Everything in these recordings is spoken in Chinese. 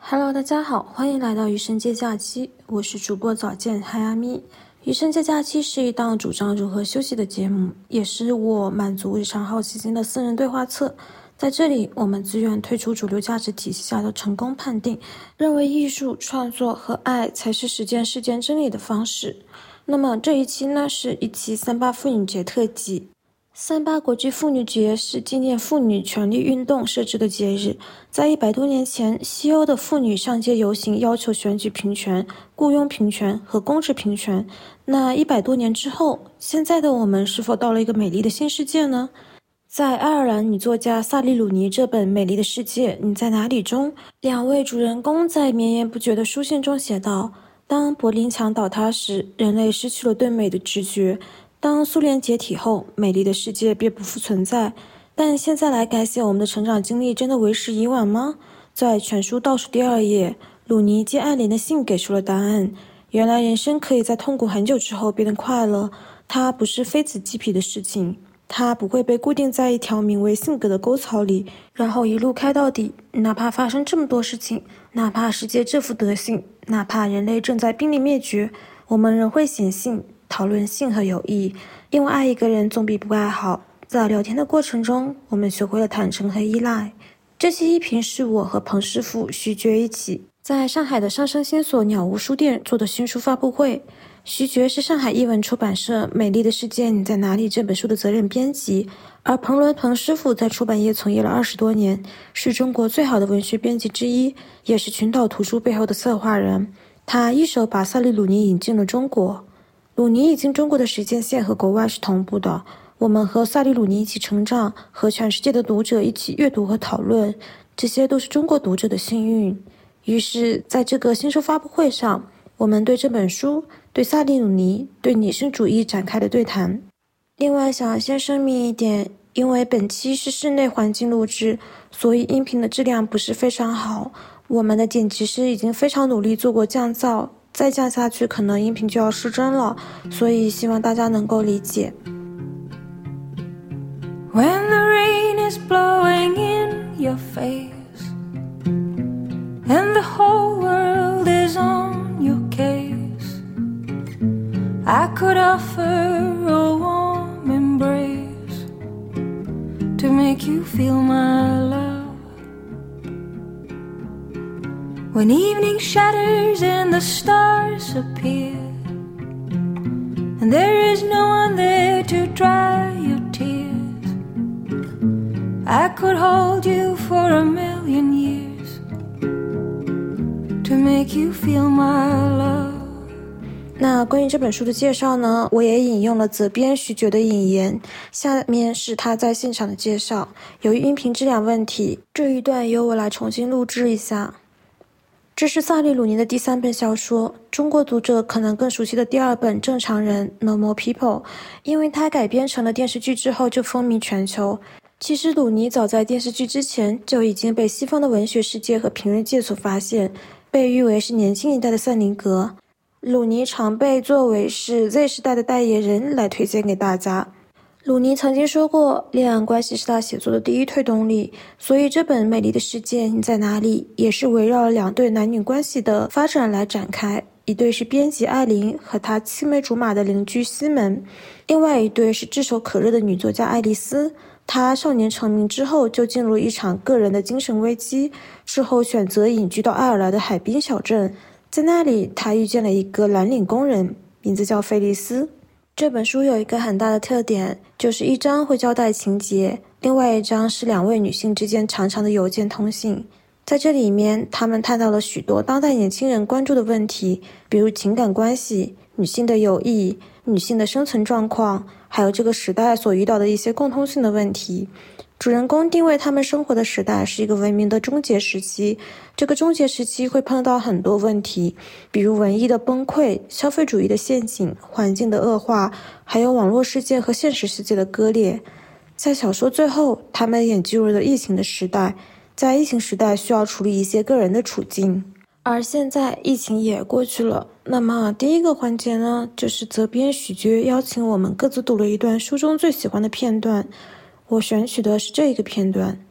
Hello， 大家好，欢迎来到余生接假期，我是主播早见嗨阿咪。余生接假期是一档主张如何休息的节目，也是我满足日常好奇心的私人对话册。在这里，我们自愿退出主流价值体系下的成功判定，认为艺术创作和爱才是实践世间真理的方式。那么这一期呢，是一期38妇女节特辑。38国际妇女节是纪念妇女权利运动设置的节日。在100多年前，西欧的妇女上街游行，要求选举平权、雇佣平权和公职平权。那100多年之后，现在的我们是否到了一个美丽的新世界呢？在爱尔兰女作家萨利鲁尼这本《美丽的世界，你在哪里》中，两位主人公在绵延不绝的书信中写道：当柏林墙倒塌时，人类失去了对美的直觉。当苏联解体后，美丽的世界便不复存在。但现在来改写我们的成长经历，真的为时已晚吗？在全书倒数第2页，鲁尼借艾琳的信给出了答案。原来人生可以在痛苦很久之后变得快乐，它不是非此即彼的事情。它不会被固定在一条名为性格的沟槽里，然后一路开到底。哪怕发生这么多事情，哪怕世界这副德行，哪怕人类正在濒临灭绝，我们仍会显性。讨论性和友谊，因为爱一个人总比不爱好。在聊天的过程中，我们学会了坦诚和依赖。这期音频是我和彭师傅、徐觉一起在上海的上升星所鸟屋书店做的新书发布会。徐觉是上海译文出版社《美丽的世界，你在哪里》这本书的责任编辑，而彭师傅在出版业从业了20多年，是中国最好的文学编辑之一，也是群岛图书背后的策划人。他一手把萨利鲁尼引进了中国。鲁尼引进中国的时间线和国外是同步的，我们和萨利鲁尼一起成长，和全世界的读者一起阅读和讨论，这些都是中国读者的幸运。于是在这个新书发布会上，我们对这本书、对萨利鲁尼、对女性主义展开了对谈。另外想要先声明一点，因为本期是室内环境录制，所以音频的质量不是非常好，我们的剪辑师已经非常努力做过降噪，再降下去可能音频就要失真了，所以希望大家能够理解。 When the rain is blowing in your face and the whole world is on your case, I could offer a warm embrace to make you feel my love. When evening shatters and the stars appear and there is no one there to dry your tears, I could hold you for a million years to make you feel my love. 那关于这本书的介绍呢，我也引用了责编徐觉的引言，下面是他在现场的介绍。由于音频质量问题，这一段由我来重新录制一下。这是萨利鲁尼的第3本小说，中国读者可能更熟悉的第2本《正常人》（Normal People）， 因为它改编成了电视剧之后就风靡全球。其实鲁尼早在电视剧之前就已经被西方的文学世界和评论界所发现，被誉为是年轻一代的塞林格。鲁尼常被作为是 Z 时代的代言人来推荐给大家。鲁尼曾经说过，恋爱关系是他写作的第一推动力，所以这本《美丽的世界，你在哪里》也是围绕了2对男女关系的发展来展开。一对是编辑艾琳和她青梅竹马的邻居西门，另外一对是炙手可热的女作家爱丽丝。她少年成名之后就进入了一场个人的精神危机，之后选择隐居到爱尔兰的海滨小镇，在那里她遇见了一个蓝领工人，名字叫菲利斯。这本书有一个很大的特点，就是一章会交代情节，另外一章是2位女性之间长长的邮件通信。在这里面，他们探讨了许多当代年轻人关注的问题，比如情感关系、女性的友谊、女性的生存状况，还有这个时代所遇到的一些共通性的问题。主人公定位他们生活的时代是一个文明的终结时期，这个终结时期会碰到很多问题，比如文艺的崩溃、消费主义的陷阱、环境的恶化，还有网络世界和现实世界的割裂。在小说最后，他们也进入了疫情的时代，在疫情时代需要处理一些个人的处境。而现在疫情也过去了，那么第一个环节呢，就是责编许觉邀请我们各自读了一段书中最喜欢的片段。我选取的是这一个片段。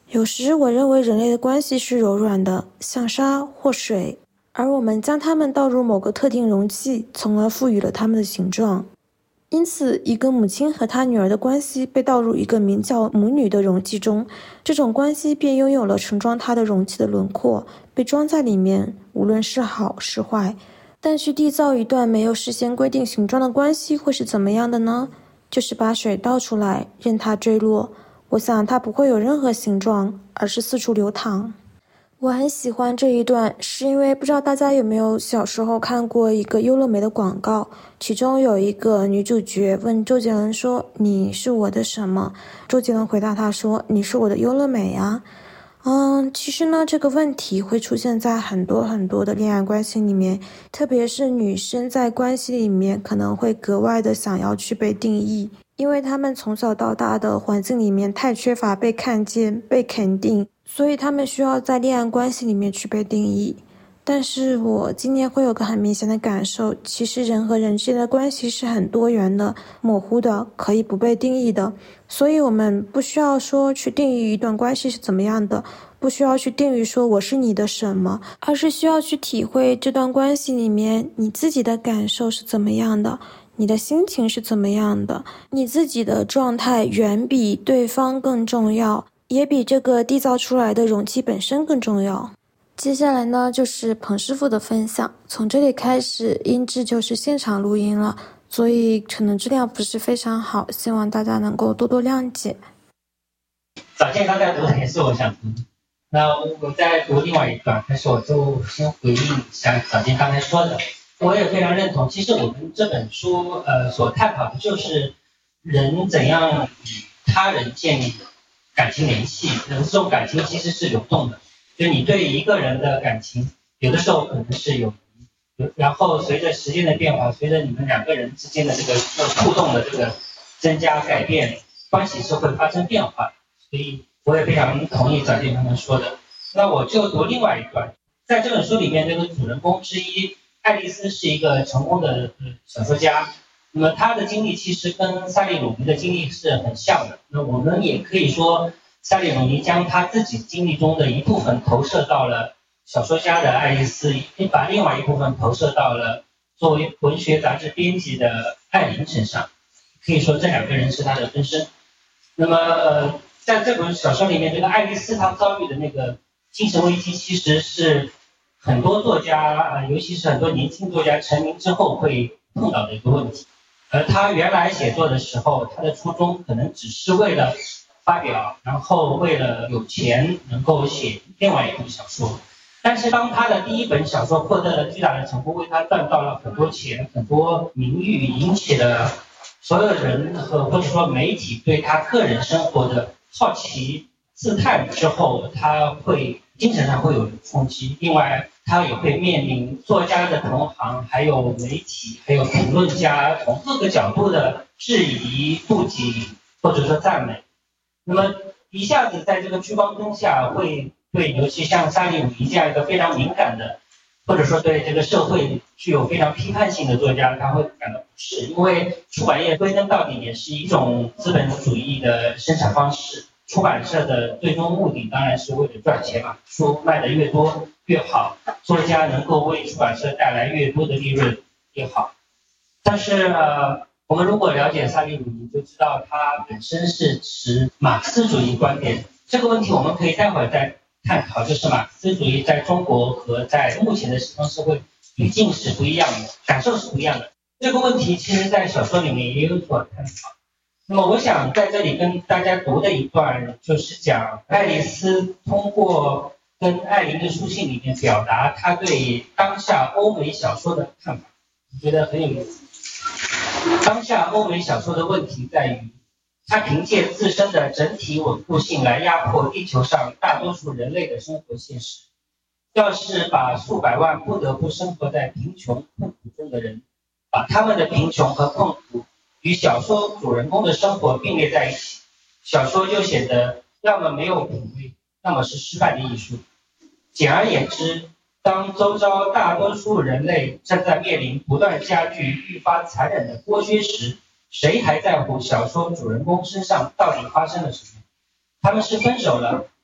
有时我认为人类的关系是柔软的，像沙或水，而我们将它们倒入某个特定容器，从而赋予了它们的形状。因此，一个母亲和她女儿的关系被倒入一个名叫母女的容器中，这种关系便拥有了盛装它的容器的轮廓，被装在里面，无论是好是坏。但去缔造一段没有事先规定形状的关系会是怎么样的呢？就是把水倒出来，任它坠落。我想它不会有任何形状，而是四处流淌。我很喜欢这一段，是因为不知道大家有没有小时候看过一个优乐美的广告，其中有一个女主角问周杰伦说：“你是我的什么？”周杰伦回答她说：“你是我的优乐美啊。”其实呢，这个问题会出现在很多很多的恋爱关系里面，特别是女生在关系里面可能会格外的想要去被定义，因为她们从小到大的环境里面太缺乏被看见、被肯定，所以她们需要在恋爱关系里面去被定义。但是我今年会有个很明显的感受，其实人和人之间的关系是很多元的、模糊的，可以不被定义的。所以我们不需要说去定义一段关系是怎么样的，不需要去定义说我是你的什么，而是需要去体会这段关系里面你自己的感受是怎么样的，你的心情是怎么样的，你自己的状态远比对方更重要，也比这个缔造出来的容器本身更重要。接下来呢，就是彭师傅的分享。从这里开始，音质就是现场录音了，所以可能质量不是非常好，希望大家能够多多谅解。 早见刚才读的也是我想读的，那我再读另外一段，但是我就先回应一下早见刚才说的，我也非常认同。其实我们这本书所探讨的就是人怎样与他人建立感情联系，这种感情其实是流动的。就你对一个人的感情，有的时候可能是有，然后随着时间的变化，随着你们两个人之间的这个互动的这个增加改变，关系是会发生变化。所以我也非常同意早见他们说的。那我就读另外一段，在这本书里面，这个主人公之一爱丽丝是一个成功的小说家。那么她的经历其实跟萨利鲁尼的经历是很像的。那我们也可以说，萨利鲁尼将他自己经历中的一部分投射到了小说家的爱丽丝，也把另外一部分投射到了作为文学杂志编辑的艾琳身上。可以说这两个人是他的分身。那么在这本小说里面，这个爱丽丝她遭遇的那个精神危机，其实是很多作家尤其是很多年轻作家成名之后会碰到的一个问题。而他原来写作的时候，他的初衷可能只是为了发表，然后为了有钱能够写另外一部小说。但是当他的第一本小说获得了巨大的成功，为他赚到了很多钱、很多名誉，引起了所有人或者说媒体对他个人生活的好奇自探之后，他会精神上会有冲击。另外他也会面临作家的同行，还有媒体，还有评论家从各个角度的质疑、妒忌或者说赞美。那么一下子在这个聚光灯下，会对尤其像萨利鲁尼这样一个非常敏感的，或者说对这个社会具有非常批判性的作家，他会感到不适。因为出版业归根到底也是一种资本主义的生产方式，出版社的最终目的当然是为了赚钱嘛，书卖得越多越好，作家能够为出版社带来越多的利润越好。但是我们如果了解萨利鲁尼，就知道他本身是持马克思主义观点。这个问题我们可以待会儿再探讨，就是马克思主义在中国和在目前的西方社会语境是不一样的，感受是不一样的。这个问题其实在小说里面也有所探讨。那么我想在这里跟大家读的一段，就是讲爱丽丝通过跟艾琳的书信里面表达她对当下欧美小说的看法，我觉得很有意思。当下欧美小说的问题在于，它凭借自身的整体稳固性来压迫地球上大多数人类的生活现实。要是把数百万不得不生活在贫穷困苦中的人，把他们的贫穷和困苦与小说主人公的生活并列在一起，小说就显得要么没有品味，要么是失败的艺术。简而言之，当周遭大多数人类正在面临不断加剧、愈发残忍的剥削时，谁还在乎小说主人公身上到底发生了什么？他们是分手了，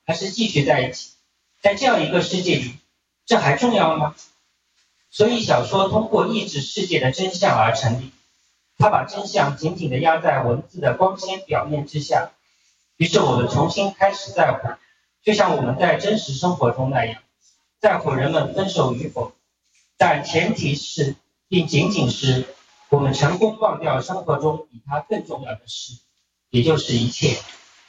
还是继续在一起？在这样一个世界里，这还重要吗？所以小说通过抑制世界的真相而成立，它把真相紧紧地压在文字的光鲜表面之下。于是我们重新开始在乎，就像我们在真实生活中那样，在乎人们分手与否，但前提是，并仅仅是我们成功忘掉生活中比它更重要的事，也就是一切。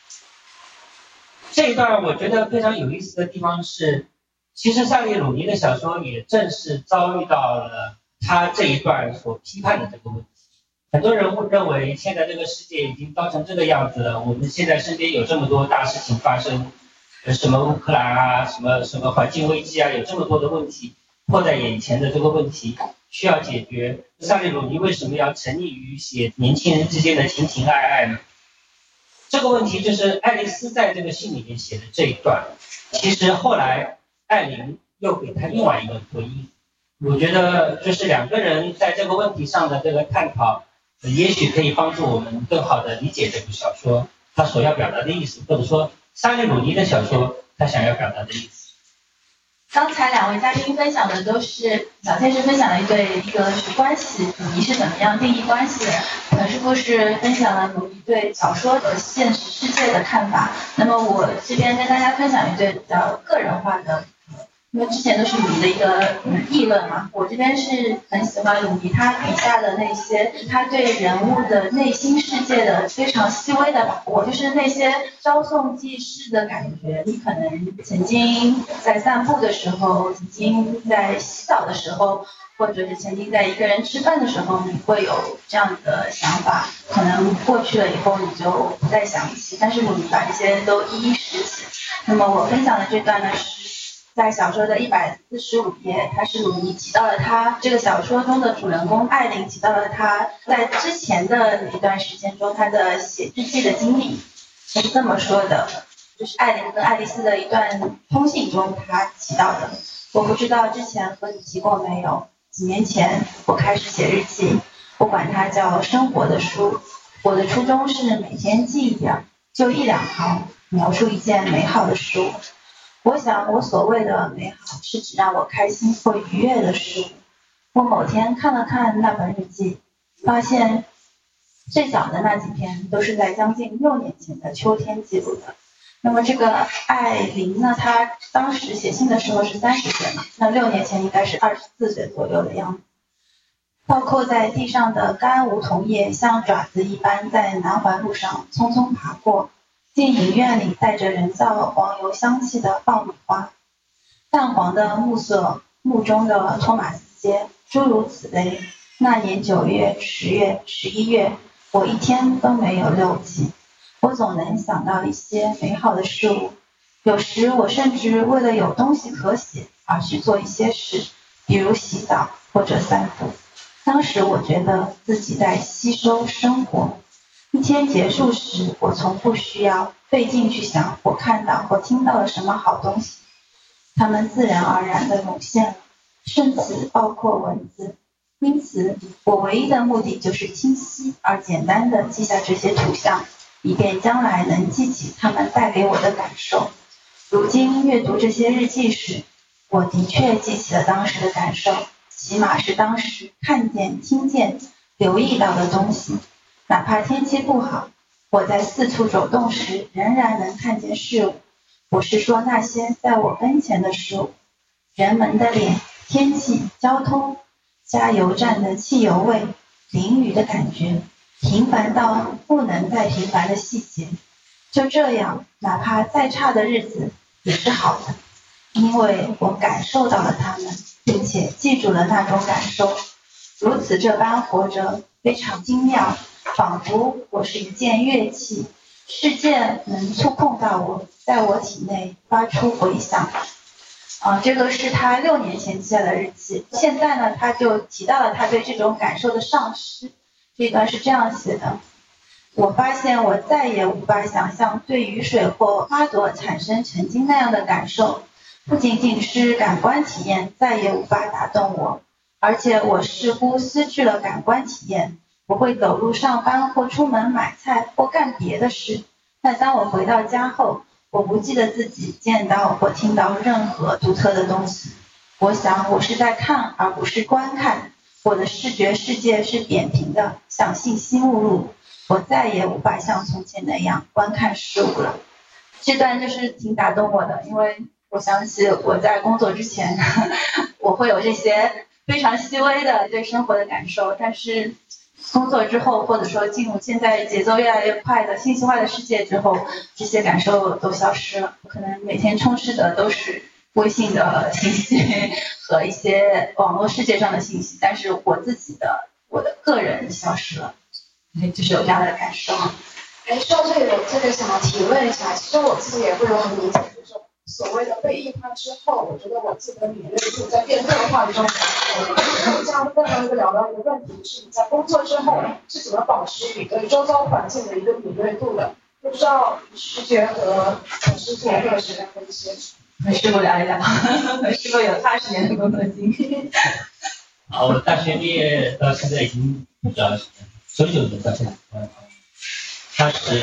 这一段我觉得非常有意思的地方是，其实萨利鲁尼的小说也正是遭遇到了他这一段所批判的这个问题。很多人认为现在这个世界已经糟成这个样子了，我们现在身边有这么多大事情发生，什么乌克兰啊，什么环境危机啊，有这么多的问题迫在眼前的这个问题需要解决。萨利鲁尼为什么要沉溺于写年轻人之间的情情爱爱呢？这个问题就是爱丽丝在这个信里面写的这一段，其实后来艾琳又给他另外一个回应。我觉得就是两个人在这个问题上的这个探讨，也许可以帮助我们更好地理解这部小说他所要表达的意思，或者说萨利鲁尼的小说他想要表达的意思。 刚才两位嘉宾分享的都是小天师分享了一个是关系，你是怎么样定义关系的？陈师傅是分享了你对小说的现实世界的看法。那么我这边跟大家分享一对比较个人化的，因为之前都是鲁尼的一个议论嘛，我这边是很喜欢鲁尼他笔下的那些他对人物的内心世界的非常细微的把握，就是那些稍纵即逝的感觉。你可能曾经在散步的时候，曾经在洗澡的时候，或者是曾经在一个人吃饭的时候，你会有这样的想法，可能过去了以后你就不再想起，但是鲁尼把这些都一一拾起。那么我分享的这段呢是在小说的145页，他是鲁尼提到了他这个小说中的主人公艾琳提到了他在之前的一段时间中他的写日记的经历。他是这么说的，就是艾琳跟爱丽丝的一段通信中他提到的，我不知道之前和你提过没有，几年前我开始写日记，我管它叫生活的书，我的初衷是每天记一点，就1-2行描述一件美好的事物。我想我所谓的美好是指让我开心或愉悦的事物。我某天看了看那本日记，发现最早的那几篇都是在将近6年前的秋天记录的。那么这个艾琳呢，她当时写信的时候是30岁嘛，那6年前应该是24岁左右的样子。倒扣在地上的干梧桐叶像爪子一般在南环路上匆匆爬过，进影院里带着人造黄油香气的爆米花，淡黄的暮色，墓中的托马斯街，诸如此类。那年9月、10月、11月，我一天都没有漏记。我总能想到一些美好的事物，有时我甚至为了有东西可写而去做一些事，比如洗澡或者散步。当时我觉得自己在吸收生活。一天结束时，我从不需要费劲去想我看到或听到了什么好东西，它们自然而然地涌现了，甚至包括文字。因此，我唯一的目的就是清晰而简单地记下这些图像，以便将来能记起它们带给我的感受。如今阅读这些日记时，我的确记起了当时的感受，起码是当时看见、听见、留意到的东西。哪怕天气不好，我在四处走动时仍然能看见事物。我是说那些在我跟前的事物，人们的脸、天气、交通、加油站的汽油味、淋雨的感觉，平凡到不能再平凡的细节。就这样，哪怕再差的日子也是好的，因为我感受到了它们，并且记住了那种感受。如此这般活着，非常精妙，仿佛我是一件乐器，世界能触碰到我，在我体内发出回响。这个是他6年前记下的日记。现在呢，他就提到了他对这种感受的丧失。这一段是这样写的：我发现我再也无法想象对雨水或花朵产生曾经那样的感受，不仅仅是感官体验再也无法打动我，而且我似乎失去了感官体验。我会走路上班或出门买菜或干别的事，但当我回到家后， 我不记得自己见到或听到任何独特的东西。我想我是在看而不是观看，我的视觉世界是扁平的，像信息目录，我再也无法像从前那样观看事物了。这段就是挺打动我的，因为我想起我在工作之前我会有这些非常细微的对生活的感受，但是工作之后，或者说进入现在节奏越来越快的信息化的世界之后，这些感受都消失了。可能每天充斥的都是微信的信息和一些网络世界上的信息，但是我的个人消失了，就是有这样的感受。 说到这里，我特别想要提问一下，其实我自己也会有很理解，就是所谓的被异化之后，我觉得我自己的敏锐度在变化中。我这样问一个聊到一个问题是，你在工作之后是怎么保持你对周遭环境的一个敏锐度的？不知道视觉和视觉会有什么样的一些？ 和师傅聊一聊，和师傅有20年的工作经历。 我大学毕业到现在已经不知道19年到现在，他是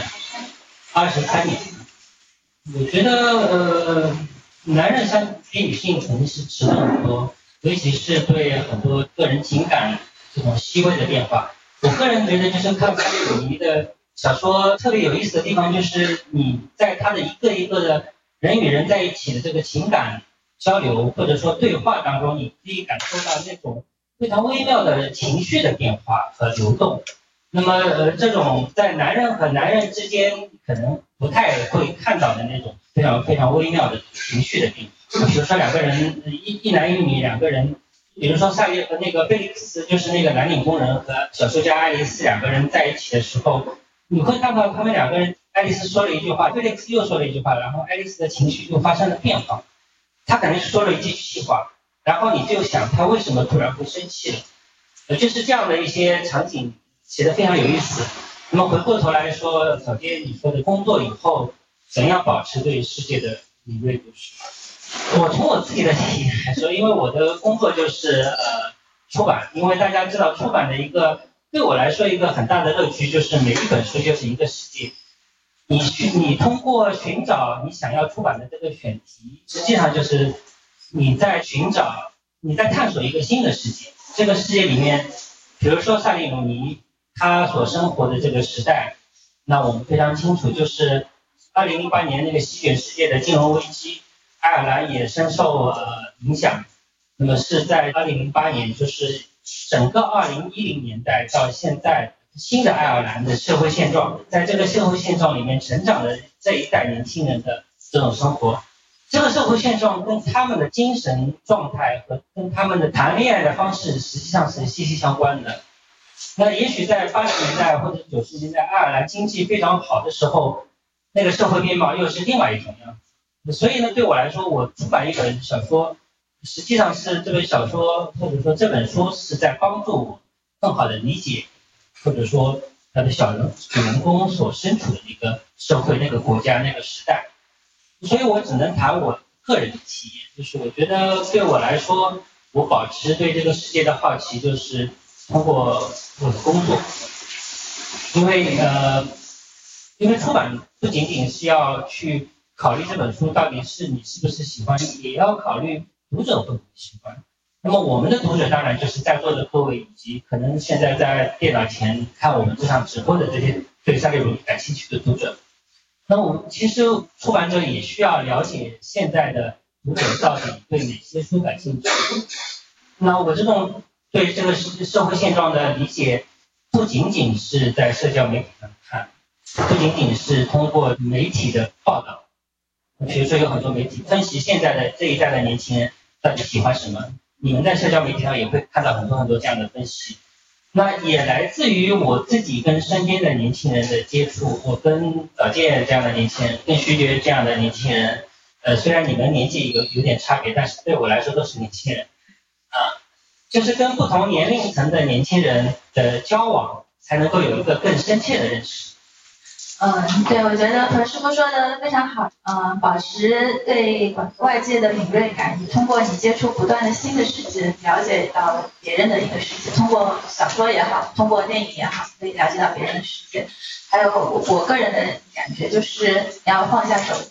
23年。我觉得男人相比女性肯定是迟钝很多，尤其是对很多个人情感这种细微的变化。我个人觉得就是看萨利鲁尼的小说特别有意思的地方，就是你在他的一个一个的人与人在一起的这个情感交流或者说对话当中，你可以感受到那种非常微妙的情绪的变化和流动。那么这种在男人和男人之间可能不太会看到的那种非常非常微妙的情绪的变化。比如说两个人一男一女两个人，比如说萨利和那个菲利克斯，就是那个蓝领工人和小说家爱丽丝两个人在一起的时候，你会看到他们两个人，爱丽丝说了一句话，菲利克斯又说了一句话，然后爱丽丝的情绪就发生了变化。他可能是说了一句气话，然后你就想他为什么突然会生气了，就是这样的一些场景写得非常有意思。那么回过头来说，小杰你说的工作以后怎样保持对世界的敏锐度？我从我自己的体验来说，因为我的工作就是出版，因为大家知道出版的一个对我来说一个很大的乐趣就是每一本书就是一个世界。你通过寻找你想要出版的这个选题，实际上就是你在探索一个新的世界。这个世界里面，比如说萨利鲁尼他所生活的这个时代，那我们非常清楚，就是2008年那个席卷世界的金融危机，爱尔兰也深受影响。那么是在2008年，就是整个2010年代到现在新的爱尔兰的社会现状，在这个社会现状里面成长的这一代年轻人的这种生活，这个社会现状跟他们的精神状态和跟他们的谈恋爱的方式实际上是息息相关的。那也许在80年代或者90年代爱尔兰经济非常好的时候，那个社会面貌又是另外一种样子。所以呢，对我来说，我出版一本小说，实际上是这本小说或者说这本书是在帮助我更好的理解，或者说他的主人公所身处的一个社会、那个国家、那个时代。所以我只能谈我个人的体验，就是我觉得对我来说，我保持对这个世界的好奇，就是通过我的工作，因为出版不仅仅是要去考虑这本书到底是你是不是喜欢，也要考虑读者会不会喜欢。那么我们的读者当然就是在座的各位，以及可能现在在电脑前看我们这场直播的这些对萨利鲁尼感兴趣的读者。那我们其实出版者也需要了解现在的读者到底对哪些书感兴趣。那我这种对这个社会现状的理解，不仅仅是在社交媒体上看，不仅仅是通过媒体的报道，比如说有很多媒体分析现在的这一代的年轻人到底喜欢什么，你们在社交媒体上也会看到很多很多这样的分析。那也来自于我自己跟身边的年轻人的接触，我跟早见这样的年轻人，跟徐觉这样的年轻人，虽然你们年纪有点差别，但是对我来说都是年轻人，就是跟不同年龄层的年轻人的交往，才能够有一个更深切的认识。 对，我觉得何师傅说的非常好。保持对外界的敏锐感，你通过你接触不断的新的世界，了解到别人的一个世界。通过小说也好，通过电影也好，可以了解到别人的世界。还有我个人的感觉就是，你要放下手机，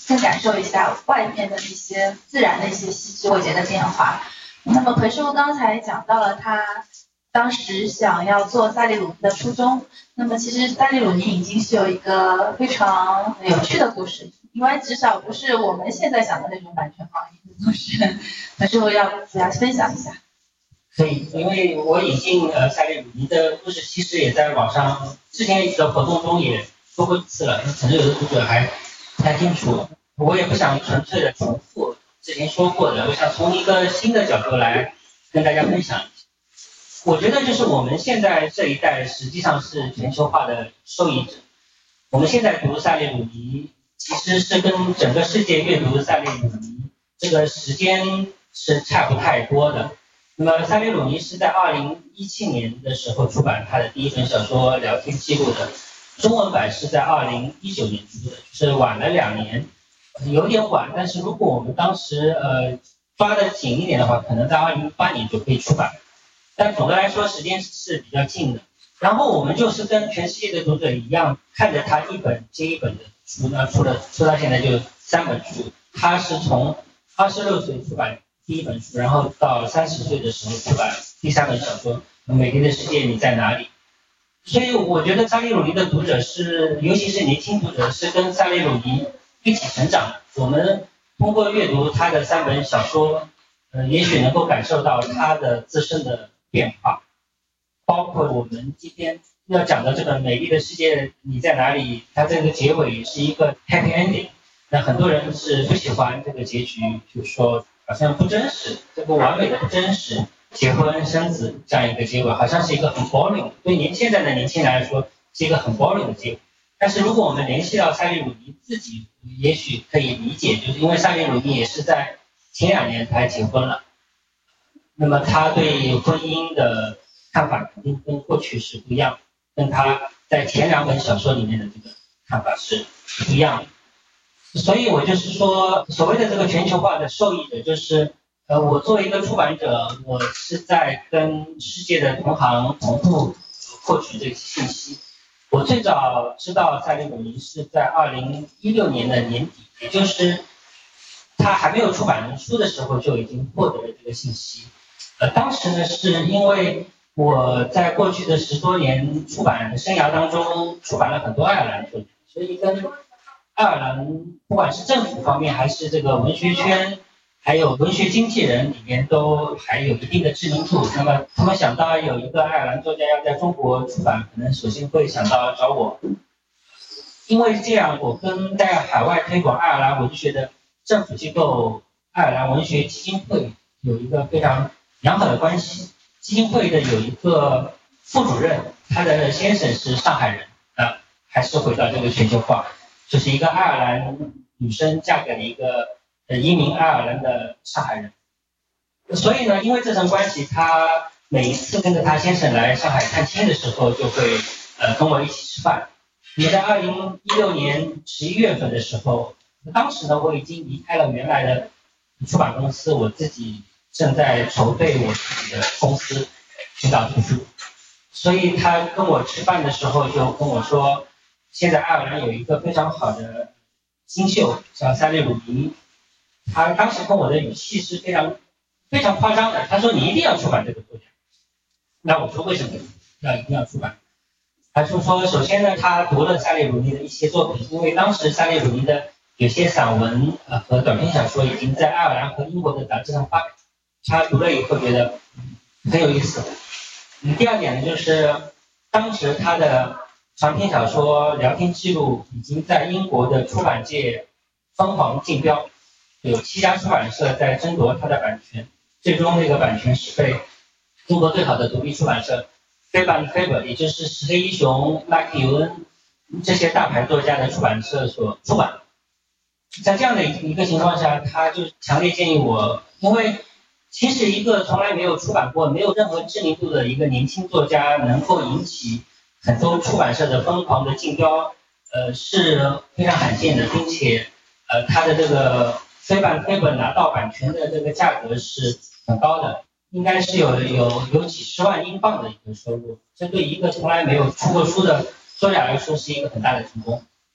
更感受一下外面的一些自然的一些细枝末节的变化。那么裴师傅刚才讲到了他当时想要做萨利鲁尼的初衷，那么其实萨利鲁尼已经是有一个非常有趣的故事，因为至少不是我们现在想的那种版权行业的故事，裴师傅要给大家分享一下。 可以，因为我引进萨利鲁尼的故事，其实也在网上之前的活动中也说过一次了，可能有的读者还不太清楚，我也不想纯粹的重复之前说过的，我想从一个新的角度来跟大家分享。我觉得就是我们现在这一代实际上是全球化的受益者，我们现在读萨利鲁尼其实是跟整个世界阅读萨利鲁尼这个时间是差不太多的。那么萨利鲁尼是在2017年的时候出版他的第一本小说《聊天记录》的，中文版是在2019年出的，就是晚了2年，有点晚，但是如果我们当时抓得紧一点的话，可能在2018年就可以出版。但总的来说时间是比较近的，然后我们就是跟全世界的读者一样，看着他一本接一本的书，那出到现在就3本书，他是从26岁出版第一本书，然后到30岁的时候出版第3本小说《美丽的世界你在哪里》。所以我觉得萨利鲁尼的读者是，尤其是年轻读者，是跟萨利鲁尼一起成长。我们通过阅读他的3本小说，也许能够感受到他的自身的变化，包括我们今天要讲的这个美丽的世界你在哪里，它这个结尾是一个 happy ending， 那很多人是不喜欢这个结局，就是说好像不真实，这个完美的不真实，结婚生子这样一个结尾，好像是一个很 boring， 对现在的年轻人来说是一个很 boring 的结尾。但是如果我们联系到萨利鲁尼自己，也许可以理解，就是因为萨利鲁尼也是在前2年才结婚了，那么他对婚姻的看法肯定跟过去是不一样，跟他在前2本小说里面的这个看法是不一样的。所以我就是说，所谓的这个全球化的受益者，就是我作为一个出版者，我是在跟世界的同行同步获取这些信息。我最早知道萨利鲁尼是在2016年的年底，也就是他还没有出版书的时候就已经获得了这个信息。当时呢，是因为我在过去的10多年出版生涯当中，出版了很多爱尔兰作品，所以跟爱尔兰不管是政府方面，还是这个文学圈，还有文学经纪人里面都还有一定的知名度。那么他们想到有一个爱尔兰作家要在中国出版，可能首先会想到找我。因为这样，我跟在海外推广爱尔兰文学的政府机构爱尔兰文学基金会有一个非常良好的关系。基金会的有一个副主任，他的先生是上海人，还是回到这个全球化，就是一个爱尔兰女生嫁给了一个移民爱尔兰的上海人。所以呢，因为这层关系，他每一次跟着他先生来上海探亲的时候，就会跟我一起吃饭。那么在2016年11月份的时候，当时呢我已经离开了原来的出版公司，我自己正在筹备我自己的公司寻找图书。所以他跟我吃饭的时候就跟我说，现在爱尔兰有一个非常好的新秀叫萨利鲁尼。他当时跟我的语气是非常夸张的，他说你一定要出版这个作家。那我说为什么一定要出版？他就说首先呢，他读了萨利鲁尼的一些作品，因为当时萨利鲁尼的有些散文和短篇小说已经在爱尔兰和英国的杂志上发表，他读了以后觉得很有意思。第二点呢，就是当时他的长篇小说《聊天记录》已经在英国的出版界疯狂竞标，有7家出版社在争夺他的版权，最终那个版权是被中国最好的独立出版社飞版 Faber， 也就是石黑一雄、麦克尤恩这些大牌作家的出版社所出版。在这样的一个情况下，他就强烈建议我，因为其实一个从来没有出版过、没有任何知名度的一个年轻作家，能够引起很多出版社的疯狂的竞标，是非常罕见的，并且他的这个飞版 Faber 拿到版权的这个价格是很高的。应该是有几十万英镑的一个收入，这对一个从来没有出过书的作家来说是一个很大的成功。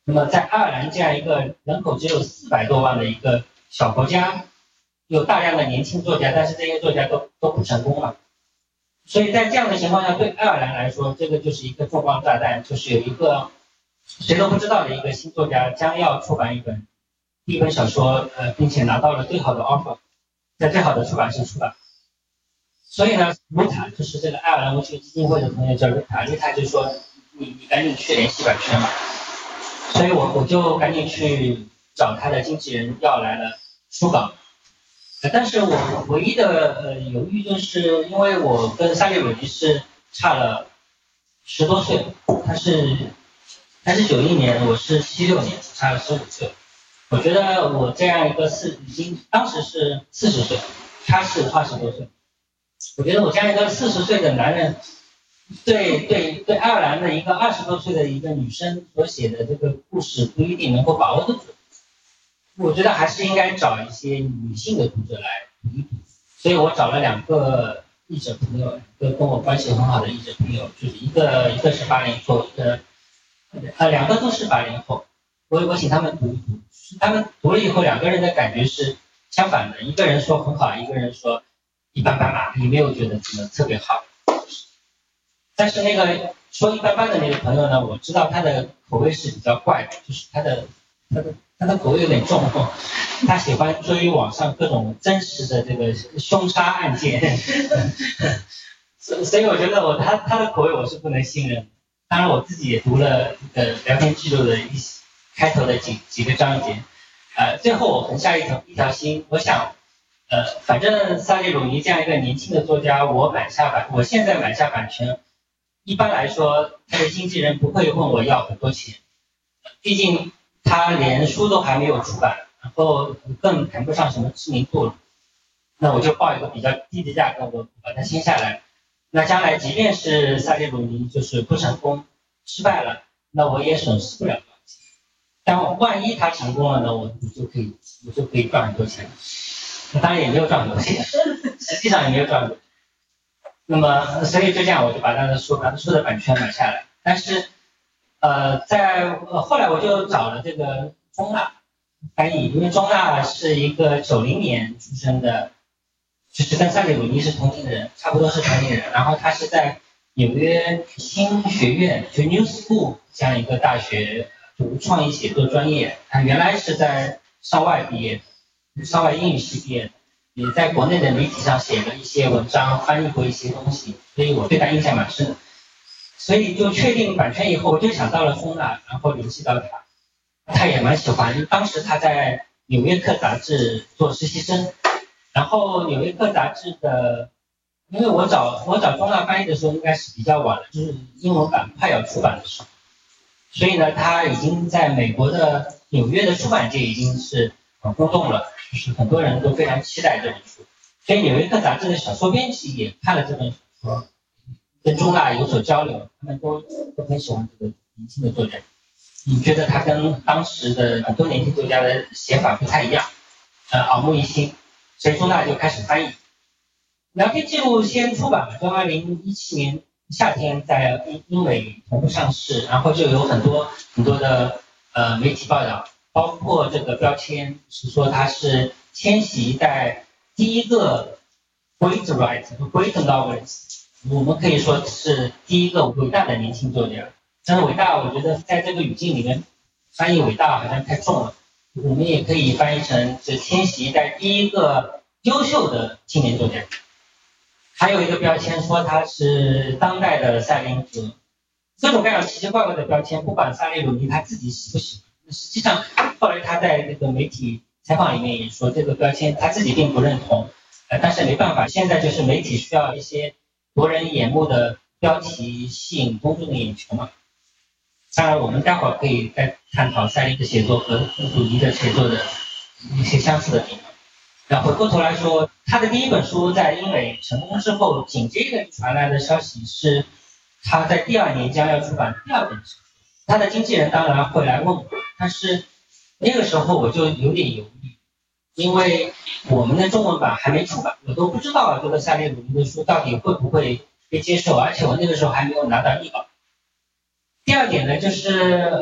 那么在爱尔兰这样一个人口只有400多万的一个小国家，有大量的年轻作家，但是这些作家都不成功了。所以在这样的情况下，对爱尔兰来说，这个就是一个重磅炸弹，就是有一个谁都不知道的一个新作家将要出版第一本小说，并且拿到了最好的 offer， 在最好的出版社出版。所以呢，卢塔就是这个爱尔兰文学基金会的朋友叫卢塔就说你赶紧去联系版权嘛。所以我就赶紧去找他的经纪人要来了书稿。但是我唯一的犹豫就是因为我跟萨利鲁尼是差了10多岁，他是91年，我是76年，差了15岁。我觉得我这样一个当时是40岁，他是20多岁。我觉得我这样一个40岁的男人，对爱尔兰的一个20多岁的一个女生所写的这个故事不一定能够把握得住。我觉得还是应该找一些女性的读者来读一读。所以我找了2个译者朋友，一个跟我关系很好的译者朋友，就是一个是80后，2个都是80后。我请他们读一读，他们读了以后，2个人的感觉是相反的，一个人说很好，一个人说一般般吧，也没有觉得怎么特别好。但是那个说一般般的那个朋友呢，我知道他的口味是比较怪的，就是他的口味有点重，他喜欢追网上各种真实的这个凶杀案件，所以我觉得他的口味我是不能信任。当然我自己也读了聊天记录的开头的几个章节，最后我横下一条心，我想，反正萨利鲁尼这样一个年轻的作家，我现在买下版权，一般来说他的经纪人不会问我要很多钱，毕竟他连书都还没有出版，然后更谈不上什么知名度了。那我就报一个比较低的价格，我把它签下来。那将来即便是萨利鲁尼就是不成功失败了，那我也损失不了多少钱。但万一他成功了呢，我就可以赚很多钱。当然也没有赚很多钱，实际上也没有赚很多钱。那么所以就这样，我就把他的书的版权买下来。但是后来我就找了这个钟娜翻译，因为钟娜是一个90年出生的，就是跟萨利鲁尼是同龄人，差不多是同龄人。然后他是在纽约新学院，就 New School 这样一个大学读创意写作专业。他原来是在上外毕业的，上外英语系毕业的，也在国内的媒体上写了一些文章，翻译过一些东西，所以我对他印象蛮深的。所以就确定版权以后，我就想到了钟娜，然后联系到他也蛮喜欢。当时他在《纽约客》杂志做实习生，然后《纽约客》杂志的，因为我找钟娜翻译的时候应该是比较晚了，就是英文版快要出版的时候，所以呢，他已经在美国的纽约的出版界已经是很轰动了，就是很多人都非常期待这本书。所以《纽约客》杂志的小说编辑也看了这本小说，跟钟娜有所交流，他们都很喜欢这个年轻的作家。你觉得他跟当时的很多年轻作家的写法不太一样，耳目一新，所以钟娜就开始翻译。聊天记录先出版了，到2017年夏天在英美同步上市，然后就有很多的媒体报道，包括这个标签是说他是千禧一代第一个 great novelist， 我们可以说是第一个伟大的年轻作家。但是伟大，我觉得在这个语境里面翻译伟大好像太重了，我们也可以翻译成是千禧一代第一个优秀的青年作家。还有一个标签说他是当代的塞林格，各种各样奇奇怪怪的标签，不管萨利鲁尼他自己喜不喜欢。实际上后来他在这个媒体采访里面也说，这个标签他自己并不认同，但是没办法，现在就是媒体需要一些夺人眼目的标题吸引公众的眼球嘛。当然我们待会儿可以再探讨塞林的写作和鲁尼的写作的一些相似的地方。然后回过头来说，他的第一本书在英美成功之后，紧接着传来的消息是他在第2年将要出版第2本书。他的经纪人当然会来问我，但是那个时候我就有点犹豫，因为我们的中文版还没出版，我都不知道这个塞利鲁尼的书到底会不会被接受，而且我那个时候还没有拿到译稿。第二点呢，就是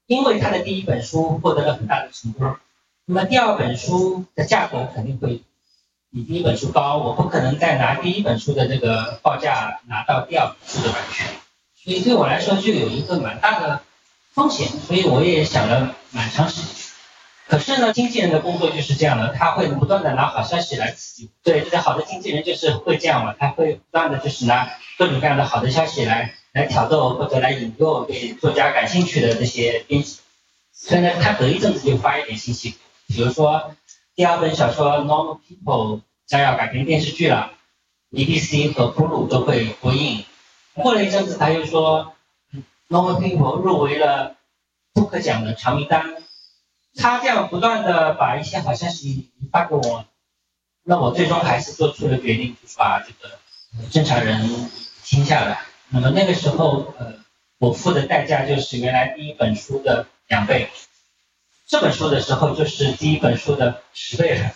因为他的第一本书获得了很大的成功，那么第二本书的价格肯定会比第一本书高，我不可能再拿第一本书的这个报价拿到第二本书的版权，所以对我来说就有一个蛮大的风险，所以我也想了蛮长时间。可是呢，经纪人的工作就是这样的，他会不断的拿好消息来刺激我。对，这好的经纪人就是会这样嘛，他会不断的就是拿各种各样的好的消息来挑逗或者来引诱对作家感兴趣的这些编辑。所以呢，他隔一阵子就发一点信息，比如说第二本小说《Normal People》将要改编电视剧了 ，BBC 和呼噜都会播映。过了一阵子，他又说《Normal People》入围了布克奖的长名单。他这样不断的把一些好消息发给我，那我最终还是做出了决定，就是把这个正常人签下来。那么那个时候，我付的代价就是原来第一本书的2倍，这本书的时候就是第一本书的10倍了。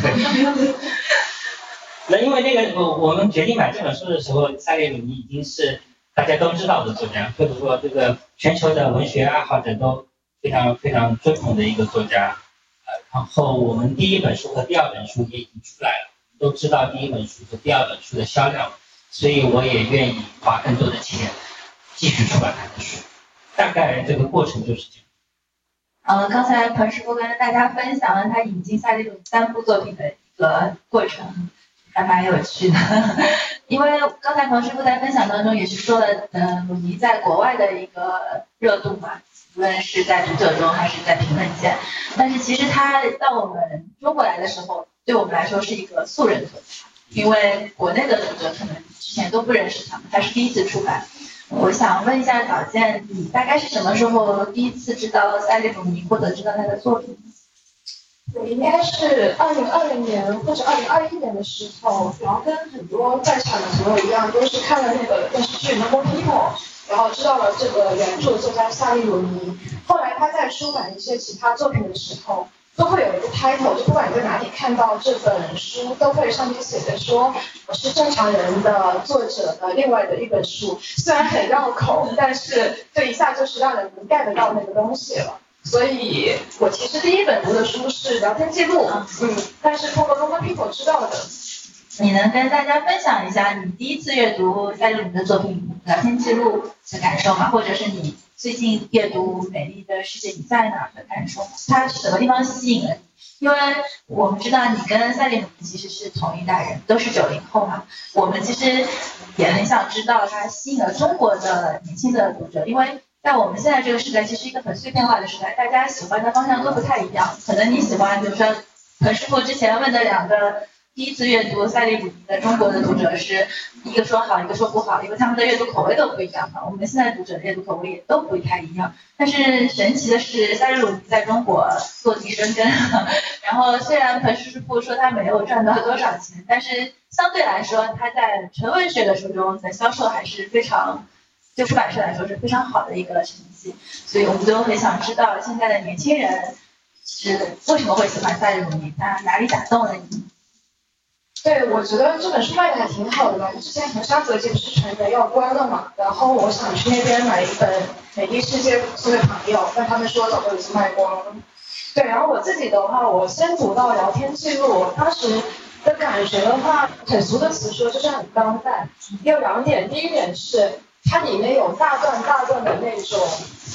那因为那个我们决定买这本书的时候，塞列鲁尼已经是大家都知道的作家，或者说这个全球的文学爱好者都非常非常尊崇的一个作家，然后我们第一本书和第二本书也已经出来了，都知道第一本书和第二本书的销量，所以我也愿意花更多的钱继续出版他的书，大概这个过程就是这样。 刚才彭师傅跟大家分享了他引进塞列鲁尼3部作品的一个过程，还蛮有趣的。因为刚才彭师傅在分享当中也是说了，鲁尼在国外的一个热度嘛。无论是在读者中还是在评论界，但是其实他到我们中国来的时候，对我们来说是一个素人作家，因为国内的读者可能之前都不认识他们，他是第一次出版。我想问一下早见，你大概是什么时候第一次知道塞列鲁尼或者知道他的作品？ 我应该是2020年或者2021年的时候，然后跟很多在场的朋友一样，都是看了那个电视剧《Normal People》。然后知道了这个原著作家塞列鲁尼，后来他在出版一些其他作品的时候，都会有一个 title， 就不管你在哪里看到这本书，都会上面写着说我是正常人的作者的另外的一本书，虽然很绕口，但是这一下就是让人能 get 到那个东西了。所以我其实第一本读的书是聊天记录，但是通过 Normal People 知道的。 你能跟大家分享一下你第一次阅读塞列鲁尼的作品聊天记录的感受吗？或者是你最近阅读《美丽的世界你在哪》的感受？它什么地方吸引了你？因为我们知道你跟塞列鲁尼其实是同一代人，都是90后嘛。我们其实也很想知道它吸引了中国的年轻的读者，因为在我们现在这个时代，其实一个很碎片化的时代，大家喜欢的方向都不太一样。可能你喜欢，比如说彭师傅之前问的2个。第一次阅读塞列鲁尼的中国的读者是一个说好，一个说不好，因为他们的阅读口味都不一样嘛。我们现在读者的阅读口味也都不太一样。但是神奇的是，塞列鲁尼在中国落地生根。然后虽然彭师傅说他没有赚到多少钱，但是相对来说，他在纯文学的书中的销售还是非常，就出版社来说是非常好的一个成绩。所以我们都很想知道现在的年轻人是为什么会喜欢塞列鲁尼，他哪里打动了你？ 对，我觉得这本书卖的还挺好的吧。之前红沙泽记不是传言要关了嘛，然后我想去那边买一本《美丽世界》送给朋友，但他们说早就已经卖光了。对，然后我自己的话，我先读到聊天记录，当时的感觉的话，很俗的词说就是很当代。有2点，第一点是它里面有大段大段的那种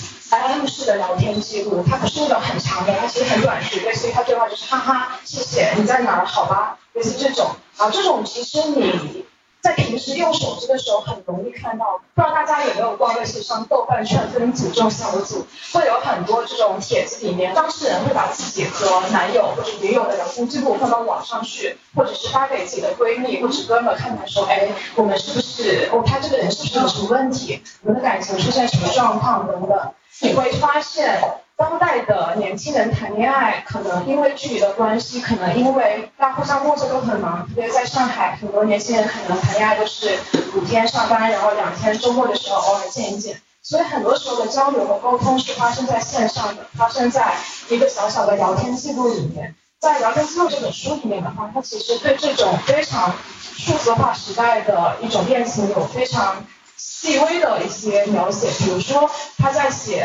IM 式的聊天记录，它不是那种很长的，它其实很短时，类似于它对话就是哈哈，谢谢，你在哪儿？好吧。类似这种这种其实你在平时用手机的时候很容易看到，不知道大家有没有逛，类似像豆瓣圈分组这种小组，会有很多这种帖子里面，当事人会把自己和男友或者女友的聊天记录放到网上去，或者是发给自己的闺蜜或者哥们看看说，我们是不是他这个人是不是有什么问题，我们的感情出现什么状况等等，你会发现。当代的年轻人谈恋爱，可能因为距离的关系，可能因为大家互相工作都很忙，特别在上海，很多年轻人可能谈恋爱都是5天上班，然后2天周末的时候偶尔见一见，所以很多时候的交流和沟通是发生在线上的，发生在一个小小的聊天记录里面。在聊天记录这本书里面的话，它其实对这种非常数字化时代的一种恋情有非常细微的一些描写，比如说他在写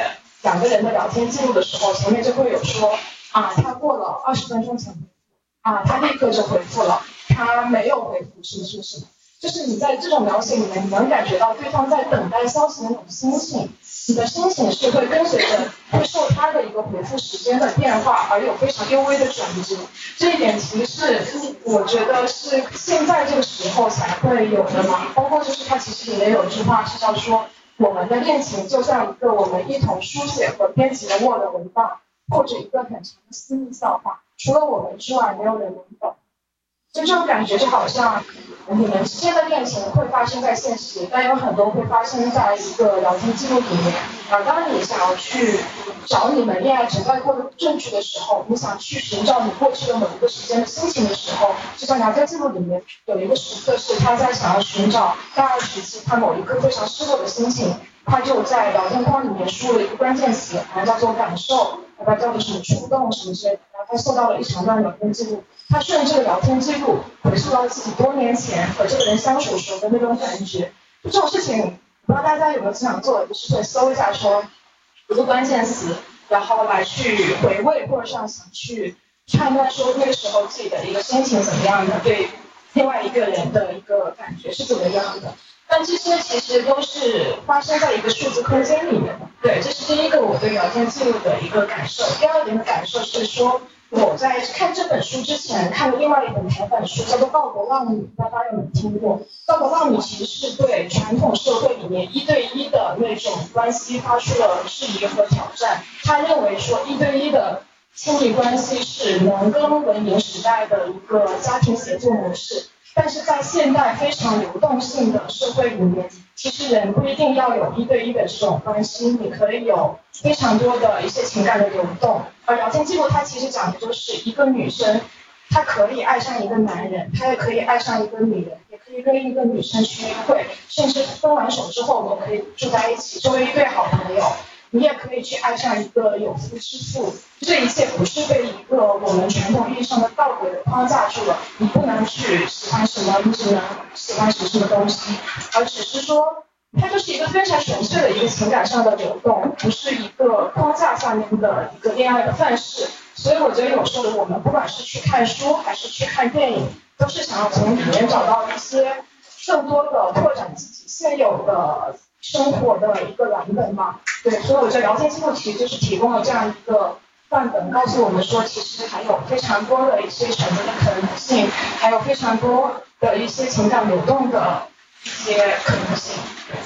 两个人的聊天记录的时候，前面就会有说他过了20分钟才回复，他立刻就回复了，他没有回复什么什么什么，就是你在这种描写里面，你能感觉到对方在等待消息的那种心情，你的心情是会跟随着会受他的一个回复时间的变化而有非常幽微的转折，这一点其实是我觉得是现在这个时候才会有的嘛。包括就是他其实里面有一句话是叫说，我们的恋情就像一个我们一同书写和编辑的 Word 文档，或者一个很长的私密笑话，除了我们之外没有人能懂。就这种感觉就好像你们之间的恋情会发生在现实，但有很多会发生在一个聊天记录里面。当你想要去找你们恋爱整段过的证据的时候，你想去寻找你过去的某一个时间的心情的时候，就在聊天记录里面有一个时刻是他在想要寻找大二时期他某一刻非常失落的心情，他就在聊天框里面输入了一个关键词，叫做感受，叫做什么触动什么之类的，然后他搜到了一长段聊天记录，他顺着这个聊天记录回溯到自己多年前和这个人相处时候的那种感觉。就这种事情，不知道大家有没有经常做的，就是会搜一下说一个关键词，然后来去回味或者想去判断说那个时候自己的一个心情怎么样的，对另外一个人的一个感觉是怎么样的。但这些其实都是发生在一个数字空间里面的。对，这是第一个我对聊天记录的一个感受。第二点的感受是说，我在看这本书之前看了另外一本台版书，叫做《道德浪女》，大家有没有听过？道德浪女其实是对传统社会里面1对1的那种关系发出了质疑和挑战。他认为说1对1的亲密关系是农耕文明时代的一个家庭协作模式。但是在现代非常流动性的社会里面，其实人不一定要有1对1的这种关系，你可以有非常多的一些情感的流动。而聊天记录它其实讲的就是一个女生，她可以爱上一个男人，她也可以爱上一个女人，也可以跟一个女生去约会，甚至分完手之后我们可以住在一起，作为一对好朋友。你也可以去爱上一个有夫之妇，这一切不是被一个我们传统意义上的道德框架住了，你不能去喜欢什么，你只能喜欢什么东西，而只是说它就是一个非常纯粹的一个情感上的流动，不是一个框架下面的一个恋爱的范式。所以我觉得有时候我们不管是去看书还是去看电影，都是想要从里面找到一些更多的拓展自己现有的生活的一个蓝本嘛。对，所以我觉得聊天记录其实就是提供了这样一个范本，告诉我们说其实还有非常多的一些选择的可能性，还有非常多的一些情感流动的一些可能性。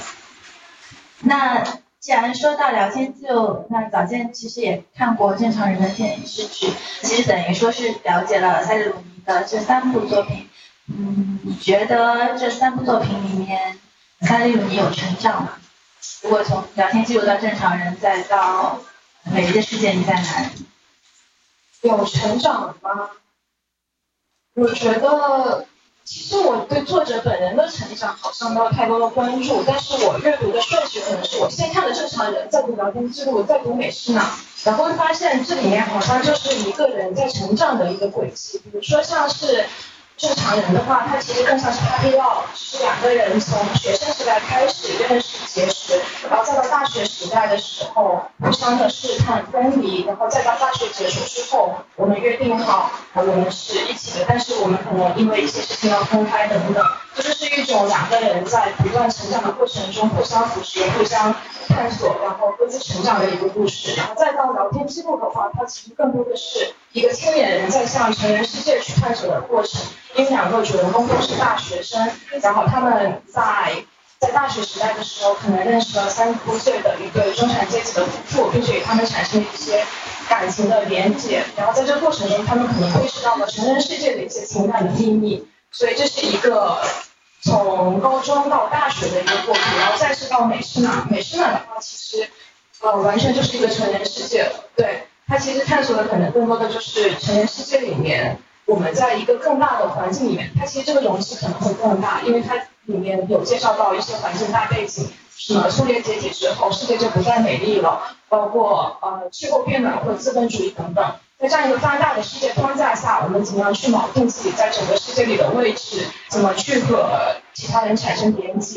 那既然说到聊天记录，那早见其实也看过《正常人的电影视剧》，其实等于说是了解了塞利鲁尼的这3部作品。你觉得这3部作品里面，塞利鲁尼有成长吗？如果从聊天记录到正常人，再到美丽的世界，你在哪里？ 有成长吗？我觉得其实我对作者本人的成长好像没有太多的关注，但是我阅读的顺序可能是我先看了正常人，再读聊天记录，再读美式呢，然后会发现这里面好像就是一个人在成长的一个轨迹。比如说像是正常人的话，它其实更像是 happy love， 是2个人从学生时代开始认识结识，然后再到大学时代的时候互相的试探分离，然后再到大学结束之后我们约定好我们是一起的，但是我们可能因为一些事情要分开等等。这就是一种2个人在不断成长的过程中互相扶持、互相探索，然后各自成长的一个故事。然后再到聊天记录的话，它其实更多的是一个青年人在向成人世界去探索的过程。因为2个主人公都是大学生，然后他们在大学时代的时候可能认识了30岁的一对中产阶级的夫妇，并且与他们产生了一些感情的连结，然后在这个过程中他们可能窥视到了成人世界的一些情感的秘密。所以这是一个从高中到大学的一个过程。然后再是到美式男的话，其实完全就是一个成人世界了。对，它其实探索的可能更多的就是成人世界里面我们在一个更大的环境里面，它其实这个容器可能会更大，因为它里面有介绍到一些环境大背景，什么苏联解体之后世界就不再美丽了，包括气候变暖或资本主义等等。在这样一个发大的世界框架下，我们怎么样去锚定自己在整个世界里的位置，怎么去和其他人产生连结，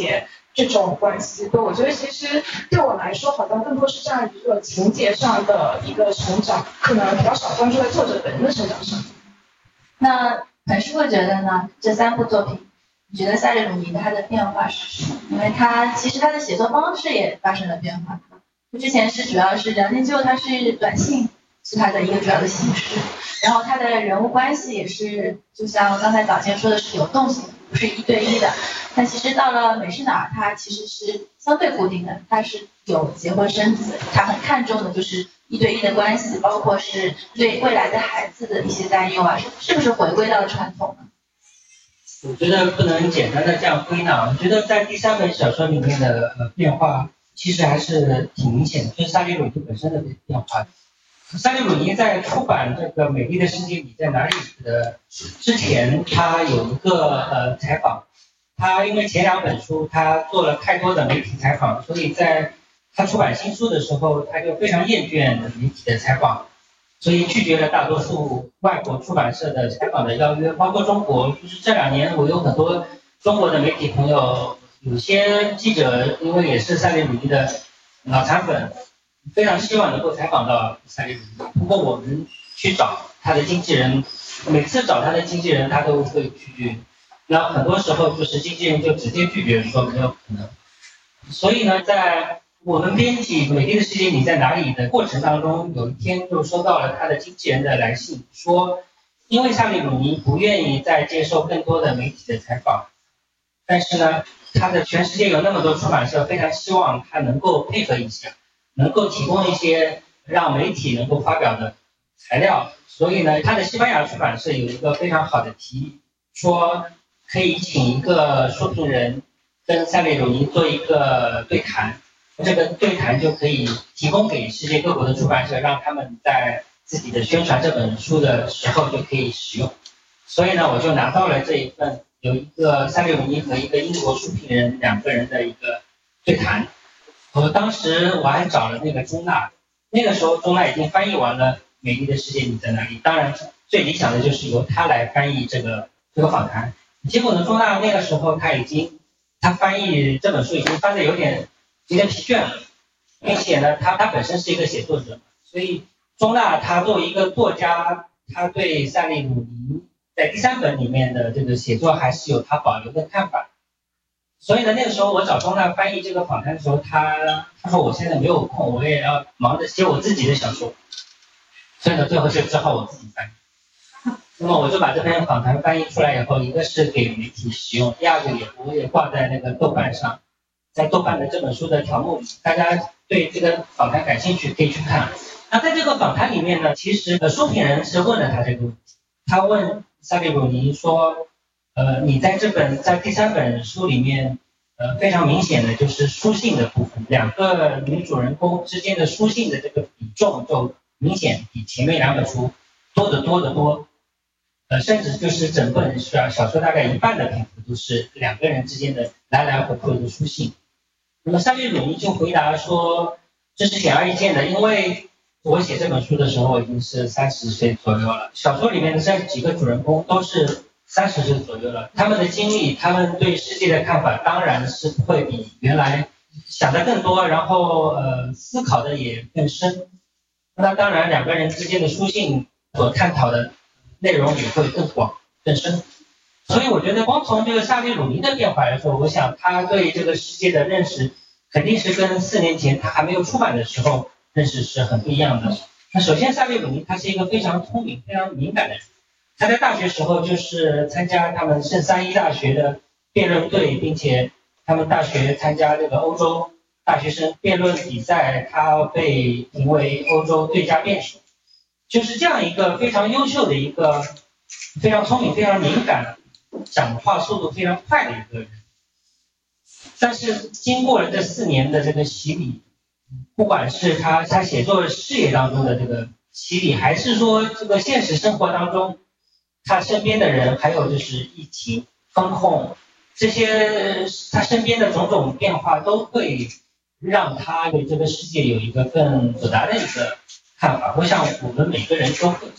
这种关系。对，我觉得其实对我来说，好像更多是这样一个情节上的一个成长，可能比较少关注在作者本人的成长上。 那本书会觉得呢？这3部作品，你觉得萨利鲁尼他的变化是什么？因为其实他的写作方式也发生了变化。之前是主要是聊天记录，它是短信是它的一个主要的形式，然后它的人物关系也是就像刚才早前说的是流动性，不是1对1的。但其实到了美式脑，它其实是相对固定的，它是有结婚生子，它很看重的就是1对1的关系，包括是对未来的孩子的一些担忧啊，是不是回归到了传统呢？ 我觉得不能简单的这样归纳。我觉得在第3本小说里面的变化其实还是挺明显的，就是萨利鲁尼本身的变化。萨利鲁尼在出版这个《美丽的世界你在哪里》的之前，他有一个采访。他因为前2本书他做了太多的媒体采访，所以在他出版新书的时候，他就非常厌倦媒体的采访，所以拒绝了大多数外国出版社的采访的邀约，包括中国。就是这2年，我有很多中国的媒体朋友，有些记者因为也是萨利鲁尼的脑残粉，非常希望能够采访到萨利鲁尼。不过我们去找他的经纪人，每次找他的经纪人，他都会拒。那很多时候就是经纪人就直接拒绝说没有可能。所以呢，在我们编辑《美丽的世界你在哪里》的过程当中，有一天就收到了他的经纪人的来信，说因为萨利鲁尼不愿意再接受更多的媒体的采访，但是呢，他的全世界有那么多出版社，非常希望他能够配合一下，能够提供一些让媒体能够发表的材料。所以呢，他的西班牙出版社有一个非常好的提议，说可以请一个书评人跟萨利鲁尼做一个对谈，这个对谈就可以提供给世界各国的出版社，让他们在自己的宣传这本书的时候就可以使用。所以呢，我就拿到了这一份有一个萨利鲁尼和一个英国书评人2个人的一个对谈。当时我还找了那个钟娜，那个时候钟娜已经翻译完了《美丽的世界你在哪里》，当然最理想的就是由他来翻译这个访谈。结果呢，钟娜那个时候他翻译这本书已经翻得有点疲倦了，并且呢，他本身是一个写作者，所以钟娜他作为一个作家，他对萨利鲁尼在第3本里面的这个写作还是有他保留的看法。所以呢，那个时候我找钟娜翻译这个访谈的时候，他说我现在没有空，我也要忙着写我自己的小说，所以呢，最后就只好我自己翻译。那么我就把这篇访谈翻译出来以后，一个是给媒体使用，第2个我也挂在那个豆瓣上，在豆瓣的这本书的条目里，大家对这个访谈感兴趣可以去看。那在这个访谈里面呢，其实书评人是问了他这个问题，他问萨利鲁尼说，你在第3本书里面，非常明显的就是书信的部分，2个女主人公之间的书信的这个比重就明显比前面2本书多得多。甚至就是整本小说大概1半的篇幅都是2个人之间的来来回回的书信。那么萨利鲁尼就回答说，这是显而易见的，因为我写这本书的时候已经是30岁左右了，小说里面的这几个主人公都是30岁左右了，他们的经历，他们对世界的看法当然是会比原来想的更多，然后思考的也更深。那当然2个人之间的书信所探讨的内容也会更广更深。所以我觉得光从这个萨利鲁尼的变化来说，我想他对这个世界的认识肯定是跟4年前他还没有出版的时候认识是很不一样的。那首先萨利鲁尼他是一个非常聪明非常敏感的人，他在大学时候就是参加他们圣三一大学的辩论队，并且他们大学参加这个欧洲大学生辩论比赛，他被评为欧洲最佳辩手，就是这样一个非常优秀的一个非常聪明非常敏感讲话速度非常快的一个人。但是经过了这4年的这个洗礼，不管是他写作事业当中的这个洗礼，还是说这个现实生活当中他身边的人，还有就是疫情风控这些他身边的种种变化，都会让他对这个世界有一个更复杂的一个看法，我想我们每个人都会。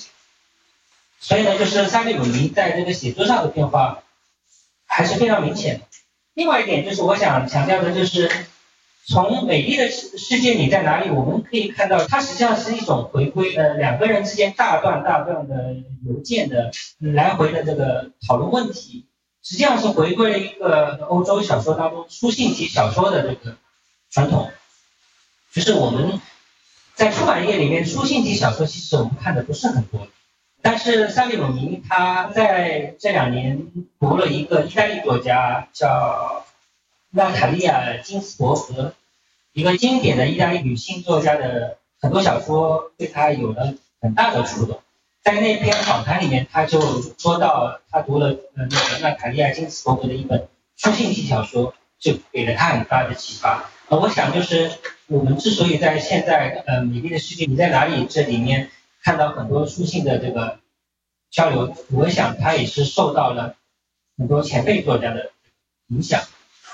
所以呢，就是萨利鲁尼在这个写作上的变化还是非常明显的。 另外一点就是我想强调的，就是从美丽的世界你在哪里，我们可以看到它实际上是一种回归两个人之间大段的邮件的来回的这个讨论问题，实际上是回归了一个欧洲小说当中书信体小说的这个传统。就是我们在出版业里面，书信体小说其实我们看的不是很多，但是萨利鲁尼他在这2年读了一个意大利作家叫娜塔莉亚·金斯伯格，一个经典的意大利女性作家的很多小说对他有了很大的触动。在那篇访谈里面，他就说到他读了那个娜塔莉亚·金斯伯格的一本书信体小说，就给了他很大的启发。我想就是我们之所以在现在美丽的世界你在哪里这里面看到很多书信的这个交流，我想他也是受到了很多前辈作家的影响。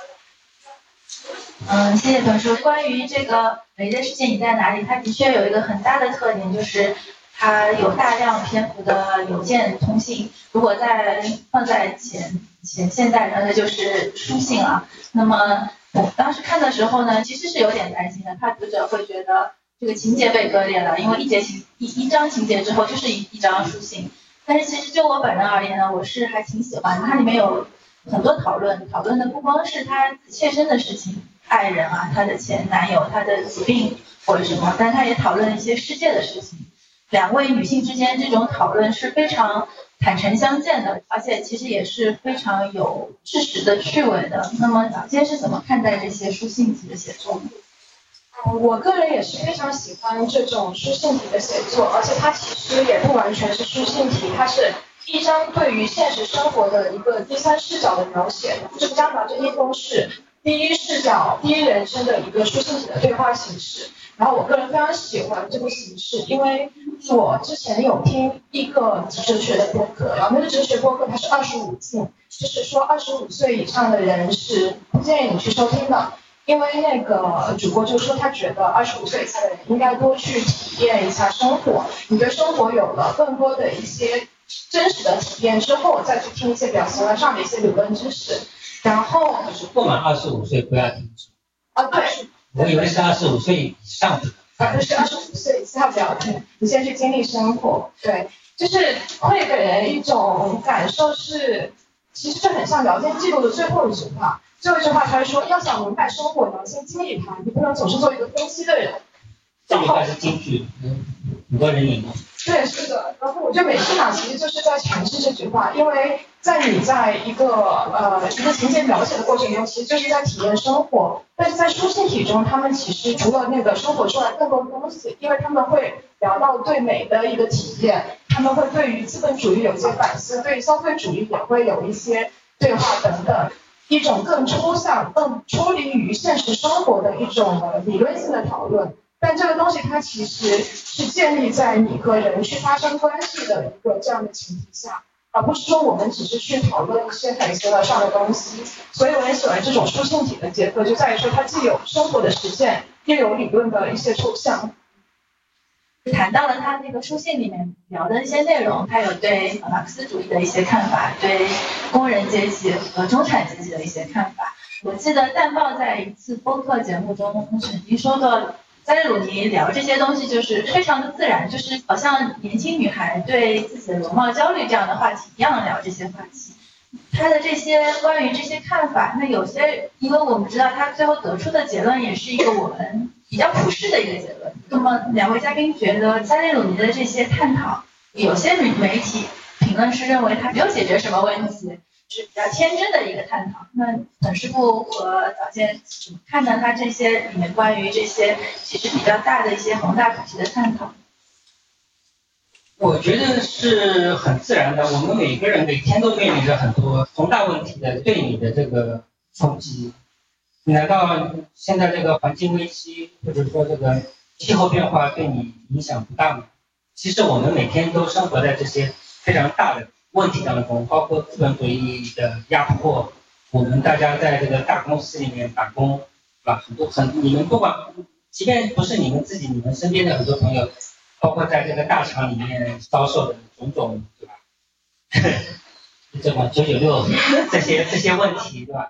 谢谢本叔。关于这个美丽的世界你在哪里，它的确有一个很大的特点，就是它有大量篇幅的邮件通信。如果放在前现代呢，那就是书信啊。那么我当时看的时候呢，其实是有点担心的，怕读者会觉得这个情节被割裂了，因为一章情节之后就是一章书信。但是其实就我本人而言呢，我是还挺喜欢的。它里面有很多讨论的不光是他切身的事情，爱人啊，他的前男友，他的疾病或者什么，但他也讨论一些世界的事情。2位女性之间这种讨论是非常坦诚相见的，而且其实也是非常有事实的趣味的。那么早间是怎么看待这些书信体的写作呢？ 我个人也是非常喜欢这种书信体的写作，而且它其实也不完全是书信体，它是一张对于现实生活的一个第三视角的描写。这个加法这一封是第一视角、第一人称的一个书信体的对话形式。然后我个人非常喜欢这个形式，因为我之前有听一个哲学的播客，然后那个哲学播客它是25禁，就是说25岁以上的人是不建议你去收听的。因为那个主播就说他觉得25岁以下的人应该多去体验一下生活，你对生活有了更多的一些真实的体验之后，再去听一些比较形而上的一些理论知识。然后就是过满25岁不要听。 对， 我以为是25岁以上的。 就是25岁以下不要听，你先去经历生活。对，就是会给人一种感受是，其实就很像聊天记录的最后一句话。最后一句话他说，要想明白生活，你要先经历它，你不能总是做一个分析的人。 这句话是京剧，很多人引用。 对，是的。然后我觉得美式马其实就是在阐释这句话，因为你在一个情节描写的过程中，其实就是在体验生活。但是在书信体中，他们其实除了那个生活之外更多东西，因为他们会聊到对美的一个体验，他们会对于资本主义有一些反思，对于消费主义也会有一些对话等等。一种更抽象、更抽离于现实生活的一种理论性的讨论，但这个东西它其实是建立在你和人去发生关系的一个这样的前提下，而不是说我们只是去讨论一些很形而上的东西。所以我很喜欢这种书信体的结合，就在于说它既有生活的实践，又有理论的一些抽象。 谈到了他那个书信里面聊的一些内容，他有对马克思主义的一些看法，对工人阶级和中产阶级的一些看法。我记得淡豹在一次播客节目中曾经说过，萨利鲁尼聊这些东西就是非常的自然，就是好像年轻女孩对自己的容貌焦虑这样的话题一样聊这些话题。他的这些关于这些看法，那有些因为我们知道他最后得出的结论也是一个我们比较普世的一个结论。那么2位嘉宾觉得萨利鲁尼的这些探讨，有些媒体评论是认为他没有解决什么问题，是比较天真的一个探讨。那本师部和早间怎么看待他这些里面关于这些其实比较大的一些宏大主题的探讨？ 我觉得是很自然的，我们每个人每天都面临着很多宏大问题的对你的这个冲击。难道现在这个环境危机或者说这个气候变化对你影响不大吗？其实我们每天都生活在这些非常大的问题当中，包括资本主义的压迫，我们大家在这个大公司里面打工，对吧？你们不管，即便不是你们自己，你们身边的很多朋友，包括在这个大厂里面遭受的种种，对吧？这种996这些问题，对吧？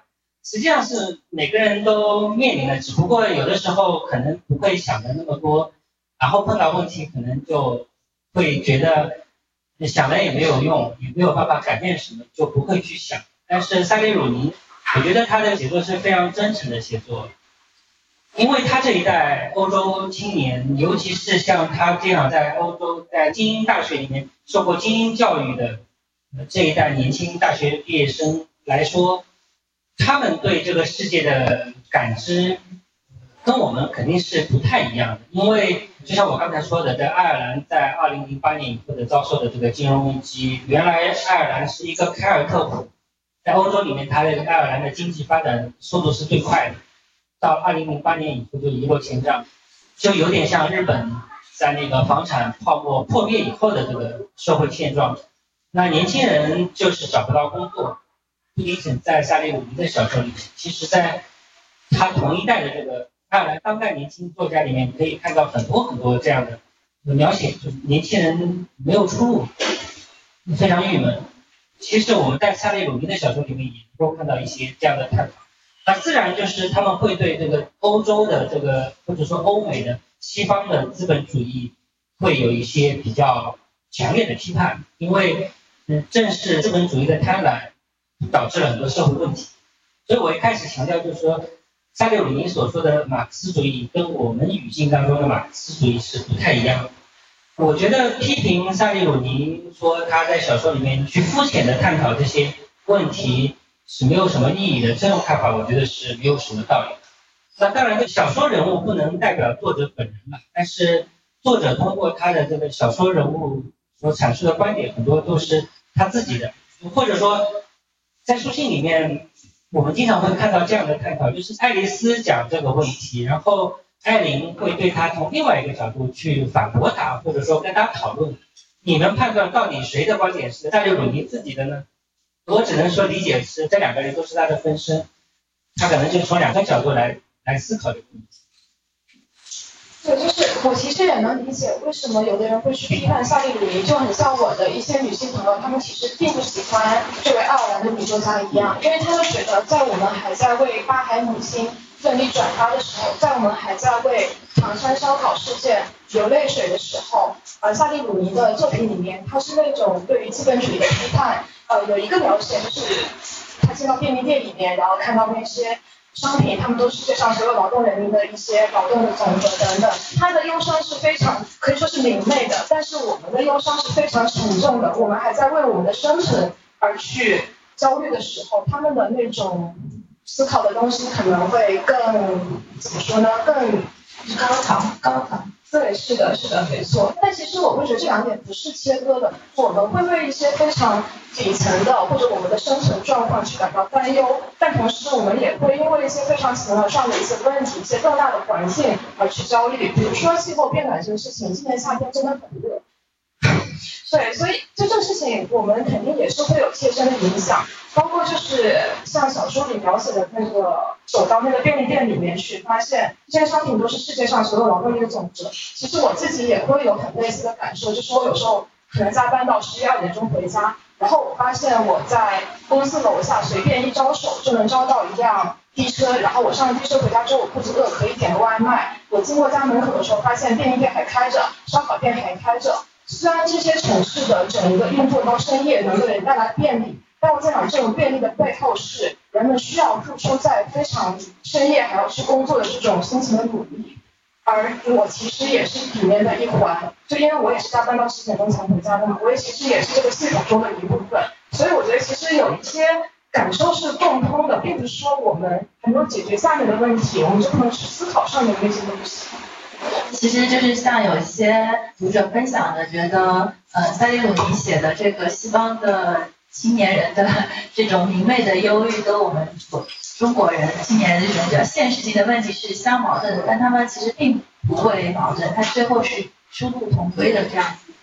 实际上是每个人都面临的，只不过有的时候可能不会想的那么多，然后碰到问题可能就会觉得想了也没有用，也没有办法改变什么，就不会去想。但是萨利鲁尼，我觉得他的写作是非常真诚的写作，因为他这一代欧洲青年，尤其是像他这样在欧洲在精英大学里面受过精英教育的这一代年轻大学毕业生来说，他们对这个世界的感知跟我们肯定是不太一样的。因为就像我刚才说的，在爱尔兰在2008年以后的遭受的这个金融危机，原来爱尔兰是一个凯尔特湖，在欧洲里面它的爱尔兰的经济发展速度是最快的，到2008年以后就一落千丈，就有点像日本在那个房产泡沫破灭以后的这个社会现状。那年轻人就是找不到工作，不仅仅在萨利鲁尼的小说里，其实在他同一代的这个爱尔兰当代年轻作家里面，可以看到很多很多这样的描写，就是年轻人没有出路，非常郁闷。其实我们在萨利鲁尼的小说里面也能够看到一些这样的探讨。那自然就是他们会对这个欧洲的这个或者说欧美的西方的资本主义会有一些比较强烈的批判，因为正是资本主义的贪婪导致了很多社会问题。所以我一开始强调就是说，萨利鲁尼所说的马克思主义跟我们语境当中的马克思主义是不太一样的。我觉得批评萨利鲁尼说他在小说里面去肤浅的探讨这些问题是没有什么意义的，这种看法我觉得是没有什么道理的。那当然小说人物不能代表作者本人了，但是作者通过他的这个小说人物所阐述的观点很多都是他自己的，或者说在书信里面我们经常会看到这样的探讨，就是爱丽丝讲这个问题，然后艾琳会对他从另外一个角度去反驳他，或者说跟他讨论。你们判断到底谁的观点是萨利鲁尼自己的呢？我只能说理解是这两个人都是他的分身，他可能就从两个角度来思考这个问题。 对，就是我其实也能理解为什么有的人会去批判萨利鲁尼，就很像我的一些女性朋友，她们其实并不喜欢这位爱尔兰的女作家一样，因为她们觉得在我们还在为巴海母亲奋力转发的时候，在我们还在为唐山烧烤事件流泪水的时候，萨利鲁尼的作品里面，他是那种对于资本主义的批判。有一个描写就是他进到便利店里面，然后看到那些商品，他们都是世界上所有劳动人民的一些劳动的总和等等。他的忧伤是非常可以说是明媚的，但是我们的忧伤是非常沉重的。我们还在为我们的生存而去焦虑的时候，他们的那种思考的东西可能会更怎么说呢？更高堂。对，是的，没错。但其实我会觉得这两点不是切割的，我们会为一些非常底层的或者我们的生存状况去感到担忧，但同时我们也会因为一些非常层面上的一些问题、一些更大的环境而去焦虑。比如说气候变暖这个事情，今年夏天真的很热。对，所以这个事情我们肯定也是会有切身的影响，包括就是像小说里描写的那个走到那个便利店里面去，发现这些商品都是世界上所有劳动力的总和。其实我自己也会有很类似的感受，就是我有时候可能加班到11、2点钟回家，然后我发现我在公司楼下随便一招手就能招到一辆滴车，然后我上了滴车回家之后，我肚子饿可以点个外卖。我经过家门口的时候，发现便利店还开着，烧烤店还开着。虽然这些城市的整个运作到深夜能给人带来便利，但我在想这种便利的背后是人们需要付出在非常深夜还要去工作的这种辛勤的努力。而我其实也是里面的一环，就因为我也是加班到10点钟才回家的嘛，我也其实也是这个系统中的一部分，所以我觉得其实有一些感受是共通的，并不是说我们还没有解决下面的问题，我们就不能去思考上面的那些东西。 其实就是像有一些读者分享的，觉得萨利鲁尼写的这个西方的青年人的这种明媚的忧郁，跟我们中国人青年人这种比较现实性的问题是相矛盾的，但他们其实并不会矛盾，它最后是殊途同归的这样子。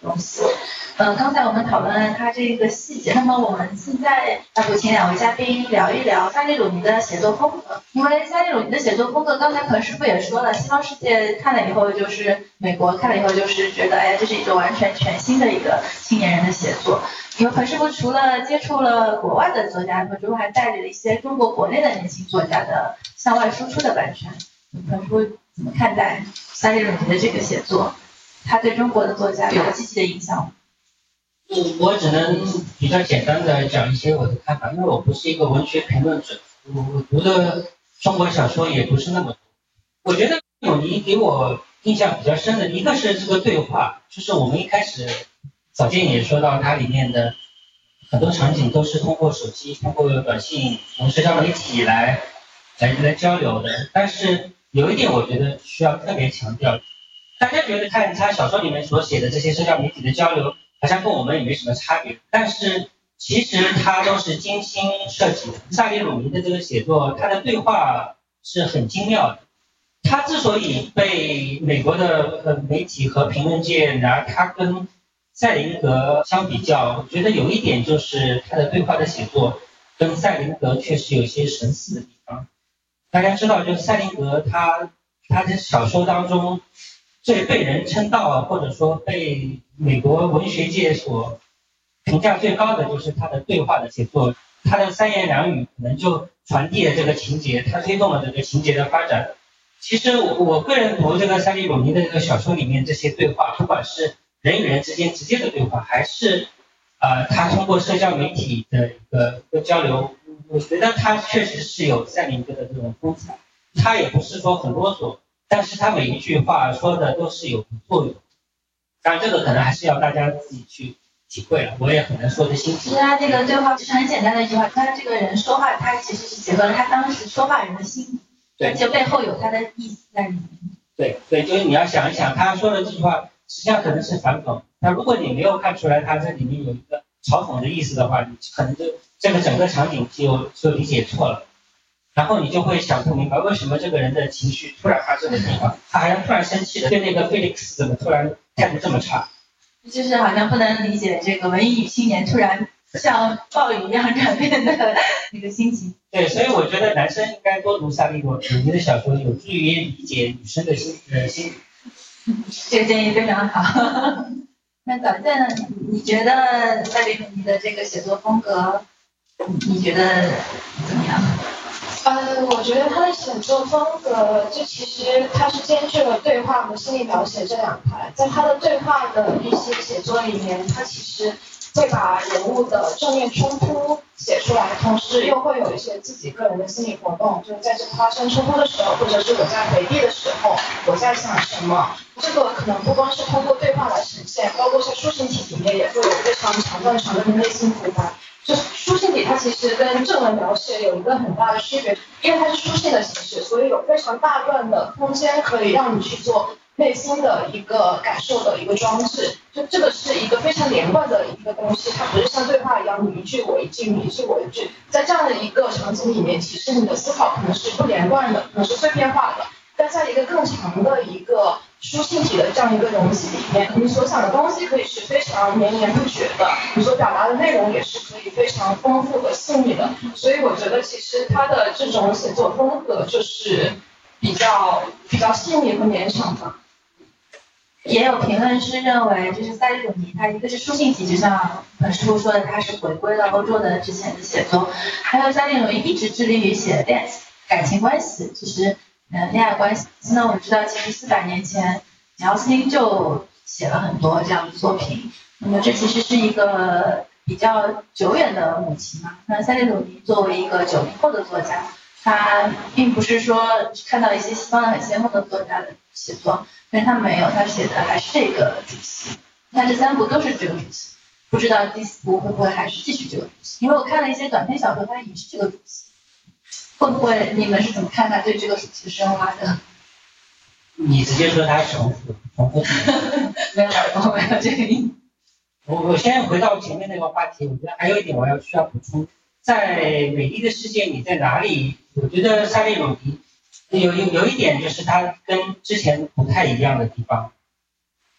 东西。刚才我们讨论了它这个细节，那么我们现在要请两位嘉宾聊一聊萨利鲁尼的写作风格。因为萨利鲁尼的写作风格，刚才可师傅也说了，西方世界看了以后，就是美国看了以后，就是觉得，哎呀，这是一种完全全新的一个青年人的写作。因为可师傅除了接触了国外的作家，可师傅还代理了一些中国国内的年轻作家的向外输出的版权。可师傅怎么看待萨利鲁尼的这个写作？他对中国的作家有了积极的影响吗？ 我只能比较简单的讲一些我的看法，因为我不是一个文学评论者，我读的中国小说也不是那么多。我觉得永尼给我印象比较深的一个是这个对话，就是我们一开始早见也说到它里面的很多场景都是通过手机、通过短信、从社交媒体来交流的。但是有一点我觉得需要特别强调，大家觉得看他小说里面所写的这些社交媒体的交流好像跟我们也没什么差别，但是其实它都是精心设计的。萨利鲁尼的这个写作，他的对话是很精妙的。他之所以被美国的媒体和评论界拿他跟塞林格相比较，我觉得有一点就是他的对话的写作跟塞林格确实有一些神似的地方。大家知道，就是塞林格他的小说当中最被人称道，或者说被美国文学界所评价最高的就是他的对话的写作，他的三言两语可能就传递了这个情节，他推动了这个情节的发展。其实我个人读这个萨利鲁尼的这个小说里面这些对话，不管是人与人之间直接的对话，还是他通过社交媒体的一个交流，我觉得他确实是有塞林格的这种风采。他也不是说很啰嗦，但是他每一句话说的都是有作用。当然这个可能还是要大家自己去体会了，我也很难说得清楚。 其实他这个对话只是很简单的一句话，他这个人说话，他其实是结合了他当时说话人的心理，而且背后有他的意思在里面。 对，就是你要想一想，他说的这句话实际上可能是反讽。那如果你没有看出来他这里面有一个嘲讽的意思的话，你可能就这个整个场景就理解错了。然后你就会想不明白，为什么这个人的情绪突然发生的变化，他好像突然生气了，对那个菲利克斯怎么突然态度这么差？ 就是好像不能理解这个文艺女青年突然像暴雨一样转变的那个心情。 对，所以我觉得男生应该多读萨利鲁尼的小说，有助于理解女生的心理。 这个建议非常好。那早见呢？你觉得萨利鲁尼的这个写作风格，你觉得怎么样？ 我觉得他的写作风格，这其实他是兼具了对话和心理描写这两派。在他的对话的一些写作里面，他其实会把人物的正面冲突写出来，同时又会有一些自己个人的心理活动，就是在这发生冲突的时候，或者是我在回避的时候，我在想什么。这个可能不光是通过对话来呈现，包括在书信体里面也会有非常长段的内心独白。就是书信体它其实跟正文描写有一个很大的区别，因为它是书信的形式，所以有非常大段的空间可以让你去做内心的一个感受的一个装置。就这个是一个非常连贯的一个东西，它不是像对话一样你一句我一句，你一句我一句。在这样的一个场景里面，其实你的思考可能是不连贯的，可能是碎片化的。但在一个更长的一个书信体的这样一个容器里面，你所想的东西可以是非常绵延不绝的，你所表达的内容也是可以非常丰富和细腻的。所以我觉得其实他的这种写作风格就是比较细腻和绵长的。 也有评论师认为，就是萨利鲁尼他一个是书信体，就像师傅说的，他是回归了欧洲的之前的写作，还有萨利鲁尼一直致力于写感情关系，其实恋爱关系呢，我们知道其实400年前李奥斯汀就写了很多这样的作品，那么这其实是一个比较久远的母题嘛。那萨利鲁尼作为一个90后的作家，他并不是说看到一些西方的很先锋的作家的写作，但是他没有，他写的还是这个主题。那这3部都是这个主题，不知道第4部会不会还是继续这个主题？因为我看了一些短篇小说，它也是这个主题。会不会你们是怎么看他对这个主题深挖的？ 你直接说他重复没有这个意思。 我先回到前面那个话题，我觉得还有一点我需要补充，在美丽的世界你在哪里？我觉得萨利鲁尼有一点就是他跟之前不太一样的地方，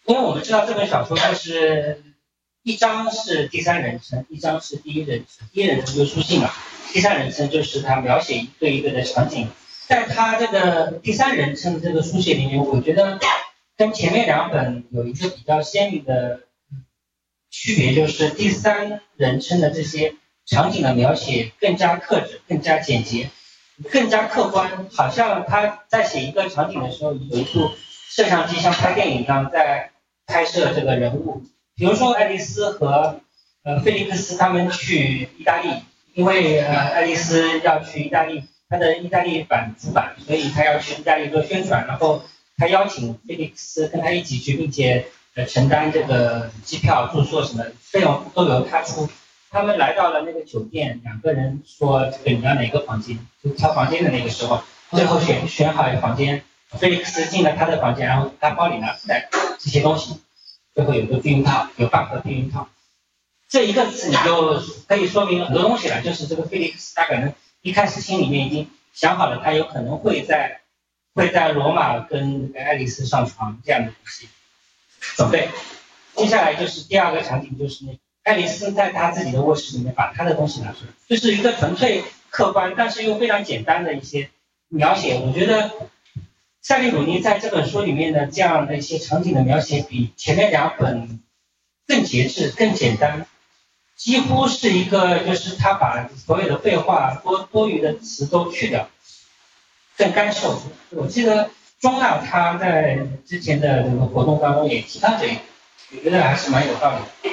因为我们知道这本小说它是一章是第三人称，一章是第一人称，第一人称就是书信嘛，第三人称就是它描写一个一个的场景。在它这个第三人称这个书写里面，我觉得跟前面两本有一个比较鲜明的区别，就是第三人称的这些场景的描写更加克制、更加简洁、更加客观，好像他在写一个场景的时候，有一部摄像机像拍电影一样在拍摄这个人物。比如说爱丽丝和菲利克斯他们去意大利，因为爱丽丝要去意大利，她的意大利版主版，所以她要去意大利做宣传，然后她邀请菲利克斯跟她一起去，并且承担这个机票、住宿什么费用都由她出。他们来到了那个酒店，两个人说这个你要哪个房间，就挑房间的那个时候，最后选好一个房间，菲利克斯进了他的房间，然后他包里拿出来这些东西。最后有个避孕套，有半盒避孕套，这一个词你就可以说明很多东西了。就是这个菲利克斯他可能一开始心里面已经想好了，他有可能会在罗马跟爱丽丝上床这样的东西准备。接下来就是第二个场景，就是爱丽丝在她自己的卧室里面把她的东西拿出来，就是一个纯粹客观但是又非常简单的一些描写。我觉得塞利鲁尼在这本书里面的这样的一些场景的描写，比前面两本更节制、更简单，几乎是一个就是他把所有的废话、多余的词都去掉，更干瘦。我记得钟娜他在之前的这个活动当中也提到这一点，我觉得还是蛮有道理的。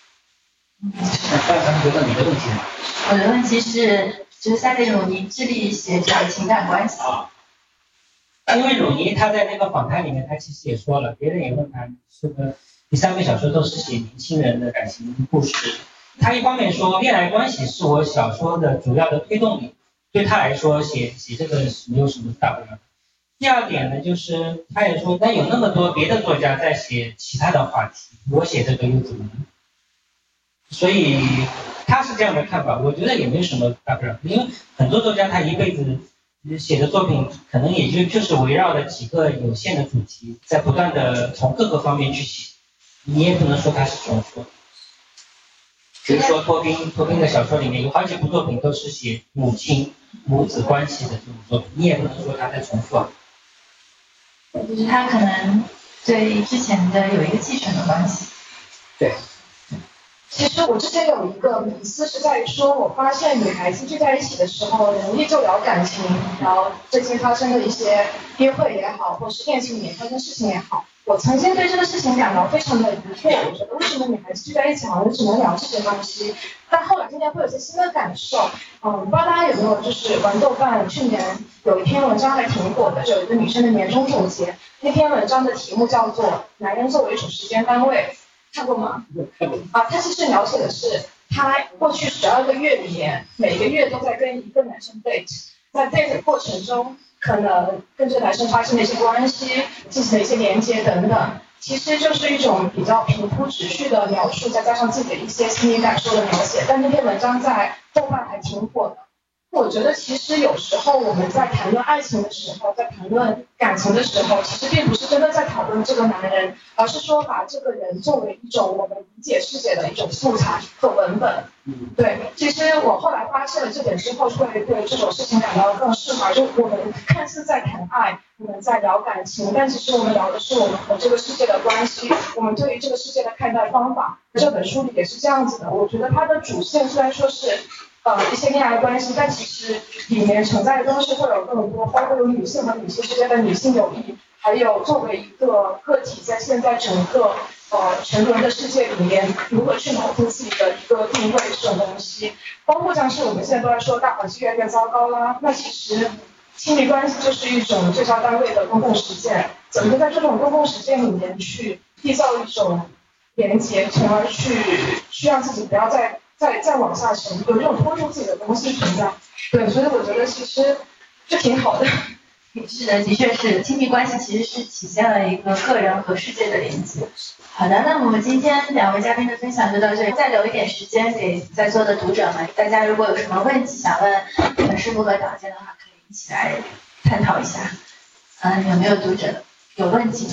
咱们觉得你的问题呢？ 我的问题是，就是塞利鲁尼致力写这个情感关系。 因为鲁尼他在那个访谈里面，他其实也说了，别人也问他，这个第三本小说都是写年轻人的感情故事。他一方面说，恋爱关系是我小说的主要的推动力，对他来说写这个没有什么大不了的。第二点呢，就是他也说，但有那么多别的作家在写其他的话题，我写这个又怎么呢？所以他是这样的看法，我觉得也没什么大不了，因为很多作家他一辈子写的作品可能也就是围绕着几个有限的主题，在不断的从各个方面去写，你也不能说它是重复。比如说托宾的小说里面有好几部作品都是写母子关系的这种作品，你也不能说他在重复啊。 就是他可能对之前的有一个继承的关系。 对。 其实我之前有一个迷思是在于说，我发现女孩子聚在一起的时候，容易就聊感情，聊最近发生的一些约会也好，或是恋情里面发生事情也好。我曾经对这个事情感到非常的疑惑，我觉得为什么女孩子聚在一起好像只能聊这些东西？但后来今天会有些新的感受。不知道大家有没有就是玩豆瓣，去年有一篇文章还挺火的，就有一个女生的年终总结，那篇文章的题目叫做《男人作为一种时间单位》。看过吗？它其实描写的是他过去12个月里面，每个月都在跟一个男生 date， 在 date 的过程中，可能跟这个男生发生的一些关系，进行了一些连接等等，其实就是一种比较平铺直叙的描述，再加上自己的一些心理感受的描写。但那篇文章在豆瓣还挺火的。我觉得其实有时候我们在谈论爱情的时候，在谈论感情的时候，其实并不是真的在讨论这个男人，而是说把这个人作为一种我们理解世界的一种素材和文本。对，其实我后来发现了这点之后，会对这种事情感到更释怀。就我们看似在谈爱，我们在聊感情，但其实我们聊的是我们和这个世界的关系，我们对于这个世界的看待方法。这本书里也是这样子的。我觉得它的主线虽然说是一些恋爱关系，但其实里面存在的东西会有更多，包括有女性和女性之间的女性友谊，还有作为一个个体在现在整个全人的世界里面如何去锚定自己的一个定位这种东西，包括像是我们现在都在说大环境越来越糟糕啦，那其实亲密关系就是一种最高单位的公共实践，怎么在这种公共实践里面去缔造一种连结，从而去让自己不要再往下沉，有这种拖住自己的东西存在。对，所以我觉得其实这挺好的。 是的，的确是亲密关系其实是体现了一个个人和世界的连接。好的，那我们今天两位嘉宾的分享就到这里，再留一点时间给在座的读者们，大家如果有什么问题想问师傅和导监的话，可以一起来探讨一下。有没有读者有问题呢？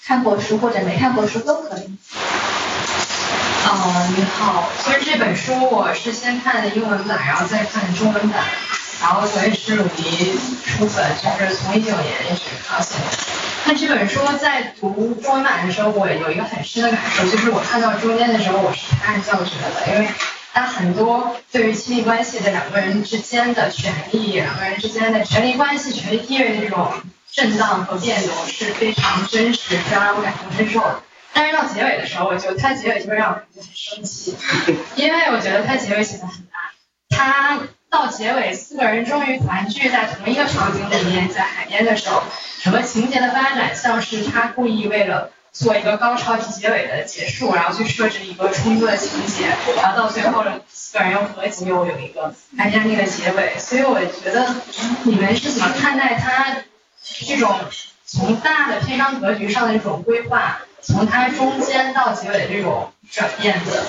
看过书或者没看过书都可以。 你好，其实这本书我是先看的英文版，然后再看中文版，然后所以是鲁尼出本，就是从19年一直到现在。看这本书在读中文版的时候，我有一个很深的感受，就是我看到中间的时候，我是拍案叫绝的，因为它很多对于亲密关系的两个人之间的权利，两个人之间的权利关系、权利地位的这种震荡和变动是非常真实，非常让我感同身受的。但是到结尾的时候，我觉得它结尾就会让我感觉很生气，因为我觉得它结尾写得很烂。它到结尾4个人终于团聚在同一个场景里面，在海边的时候，整个情节的发展像是他故意为了做一个高潮及结尾的结束，然后去设置一个冲突的情节，然后到最后了4个人又合集，又有一个安家那个结尾。所以我觉得你们是怎么看待它这种从大的篇章格局上的这种规划，从它中间到结尾的这种转变的？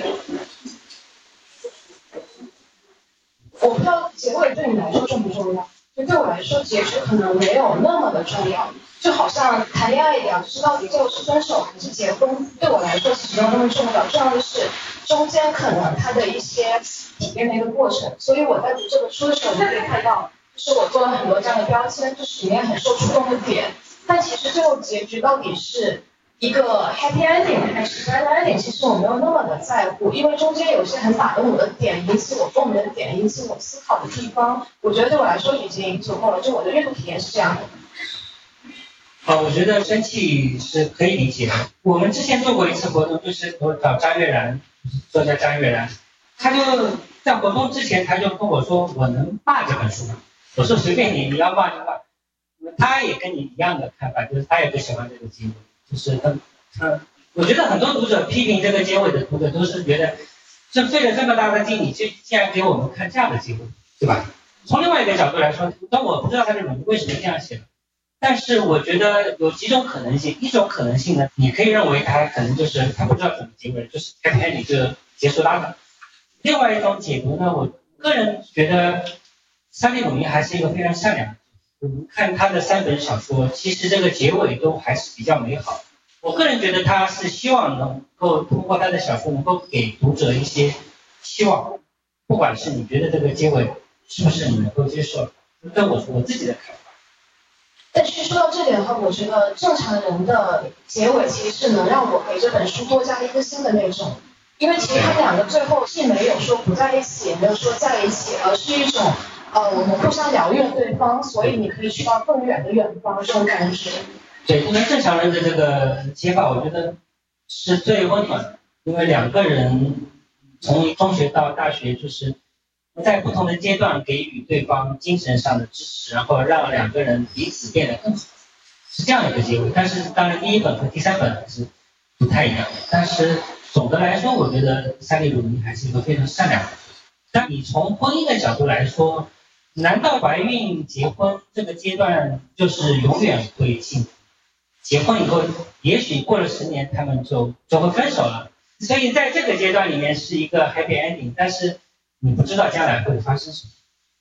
我不知道结尾对你来说重不重要，就对我来说结局可能没有那么的重要，就好像谈恋爱一样，就是到底最后是分手还是结婚，对我来说其实没有那么重要，重要的是中间可能它的一些体验的一个过程。所以我在读这本书的时候，你可以看到，就是我做了很多这样的标签，就是里面很受触动的点，但其实最后结局到底是一个 happy ending 还是 bad ending， 其实我没有那么的在乎，因为中间有些很打动我的点，引起我共鸣的点，引起我思考的地方，我觉得对我来说已经足够了，就我的阅读体验是这样的。 我觉得生气是可以理解的。我们之前做过一次活动，就是我找张悦然，作家张悦然，他就在活动之前他就跟我说，我能骂这本书吗？我说随便你要骂就骂。他也跟你一样的看法，就是他也不喜欢这个结尾，就是我觉得很多读者批评这个结尾的读者都是觉得，这费了这么大的劲，你竟然给我们看这样的结尾，对吧？从另外一个角度来说，但我不知道他这种为什么这样写，但是我觉得有几种可能性。一种可能性呢，你可以认为他可能就是他不知道怎么结尾，就是happy ending就结束拉倒。另外一种解读呢，我个人觉得三笠鲁尼还是一个非常善良的。我们看他的3本小说，其实这个结尾都还是比较美好。我个人觉得他是希望能够通过他的小说能够给读者一些希望，不管是你觉得这个结尾是不是你能够接受，跟我自己的看法。 但是说到这点的话，我觉得正常人的结尾其实是能让我给这本书多加一颗心的那种，因为其实他们两个最后既没有说不在一起，也没有说在一起，而是一种我们互相疗愈了对方，所以你可以去到更远的远方这种感觉。 对，因为正常人的这个结法，我觉得是最温暖的，因为2个人从中学到大学，就是在不同的阶段给予对方精神上的支持，然后让2个人彼此变得更好，是这样一个结尾。但是当然第1本和第3本还是不太一样的，但是总的来说，我觉得三笠鲁尼还是一个非常善良的人。但你从婚姻的角度来说，难道怀孕结婚这个阶段就是永远会幸福？结婚以后也许过了10年他们就会分手了，所以在这个阶段里面是一个 happy ending， 但是你不知道将来会发生什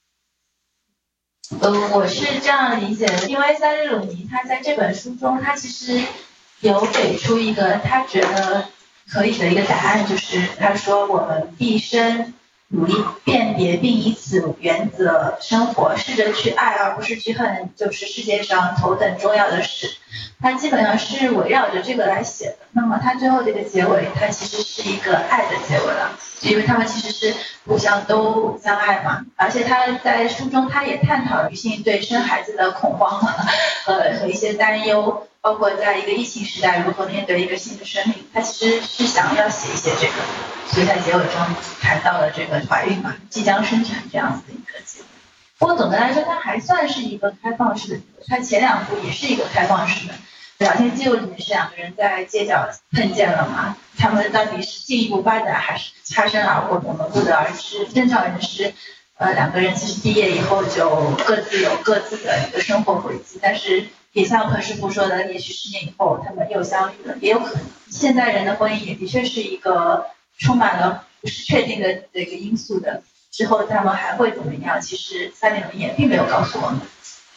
么。我是这样理解的，因为三笠鲁尼他在这本书中，他其实有给出一个他觉得可以的一个答案，就是他说我们毕生努力辨别并以此原则生活，试着去爱而不是去恨，就是世界上头等重要的事。它基本上是围绕着这个来写的。那么它最后这个结尾，它其实是一个爱的结尾了，因为他们其实是互相都相爱嘛。而且他在书中他也探讨女性对生孩子的恐慌和一些担忧，包括在一个疫情时代如何面对一个新的生命，他其实是想要写一些这个，所以在结尾中谈到了这个怀孕嘛，即将生产这样子的一个结尾。不过总的来说，它还算是一个开放式的结尾，它前2部也是一个开放式的。聊天记录里面是2个人在街角碰见了嘛，他们到底是进一步发展还是擦身而过，我们不得而知。正常人是2个人其实毕业以后就各自有各自的一个生活轨迹，但是也像何师傅说的，也许10年以后他们又相遇了，也有可能。现代人的婚姻也的确是一个充满了不是确定的这个因素的，之后他们还会怎么样？其实三笠鲁尼也并没有告诉我们。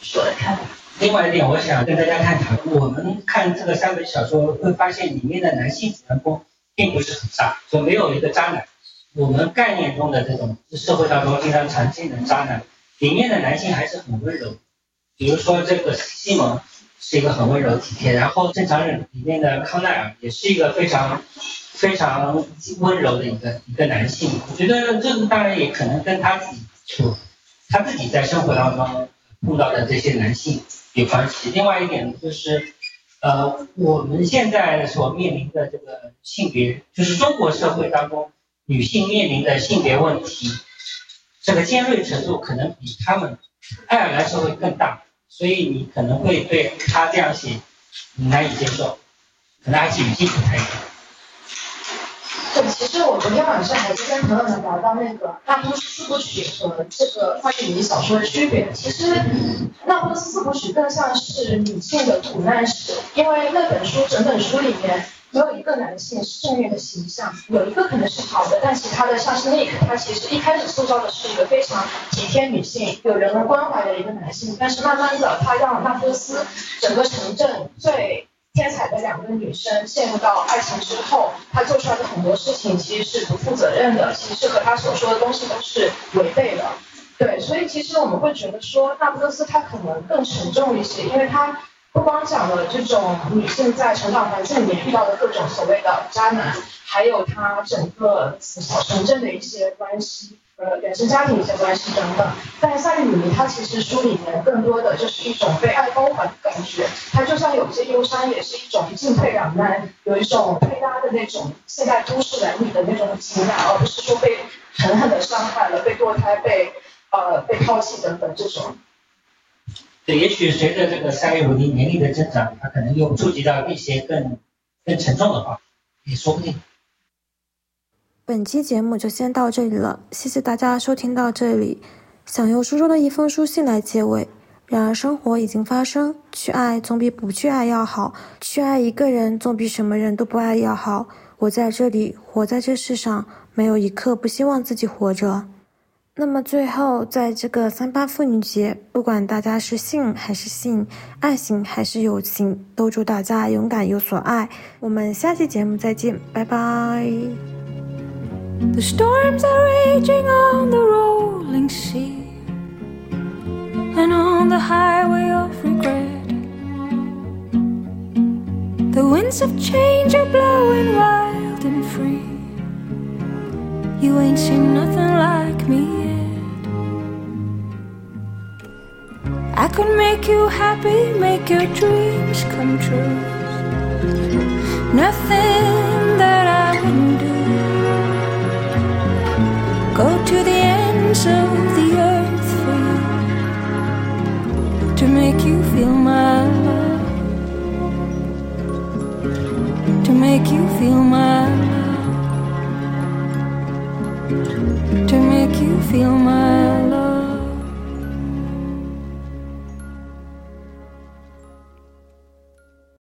说的看法。 另外一点，我想跟大家探讨，我们看这个3本小说，会发现里面的男性主人公并不是很渣，就没有一个渣男。我们概念中的这种社会当中经常常见的渣男，里面的男性还是很温柔。比如说这个西蒙是一个很温柔体贴，然后正常人里面的康奈尔也是一个非常温柔的一个男性。我觉得这个当然也可能跟他自己在生活当中碰到的这些男性有关系。另外一点就是，我们现在所面临的这个性别，就是中国社会当中女性面临的性别问题，这个尖锐程度可能比他们爱尔兰社会更大，所以你可能会对他这样写难以接受，可能还是语境不太一样。 对，其实我昨天晚上还是跟朋友们聊到那个《那不勒斯4部曲》和这个关于小说的区别。其实《那不勒斯4部曲》更像是女性的苦难史，因为那本书整本书里面没有一个男性是正面的形象，有一个可能是好的，但其他的像是Nick，他其实一开始塑造的是一个非常体贴女性、有人文关怀的一个男性，但是慢慢的他让那不勒斯整个城镇最天才的2个女生陷入到爱情之后，她做出来的很多事情其实是不负责任的，其实和她所说的东西都是违背的。对，所以其实我们会觉得说那不勒斯它可能更沉重一些，因为它不光讲了这种女性在成长环境里面遇到的各种所谓的渣男，还有她整个小城镇的一些关系，原生家庭一些关系等等。但赛丽米她其实书里面更多的就是一种被爱包环的感觉，她就算有些忧伤，也是一种进退两难，有一种配搭的那种现代都市男女的那种情感，而不是说被狠狠的伤害了，被堕胎，被抛弃等等这种。 对，也许随着这个塞维鲁尼年龄的增长，他可能又触及到一些更沉重的话，也说不定。 本期节目就先到这里了，谢谢大家收听到这里。想用书中的一封书信来结尾。然而生活已经发生，去爱总比不去爱要好，去爱一个人总比什么人都不爱要好。我在这里，活在这世上，没有一刻不希望自己活着。那么最后，在这个38妇女节，不管大家是性还是性，爱情还是友情，都祝大家勇敢有所爱。我们下期节目再见，拜拜。 The storms are raging on the rolling sea and on the highway of regret. The winds of change are blowing wild and free. You ain't seen nothing like me yet. I could make you happy, make your dreams come true. Nothing that I wouldn't do. Go to the ends of the earth for you, to make you feel my love, to make you feel my love, to make you feel my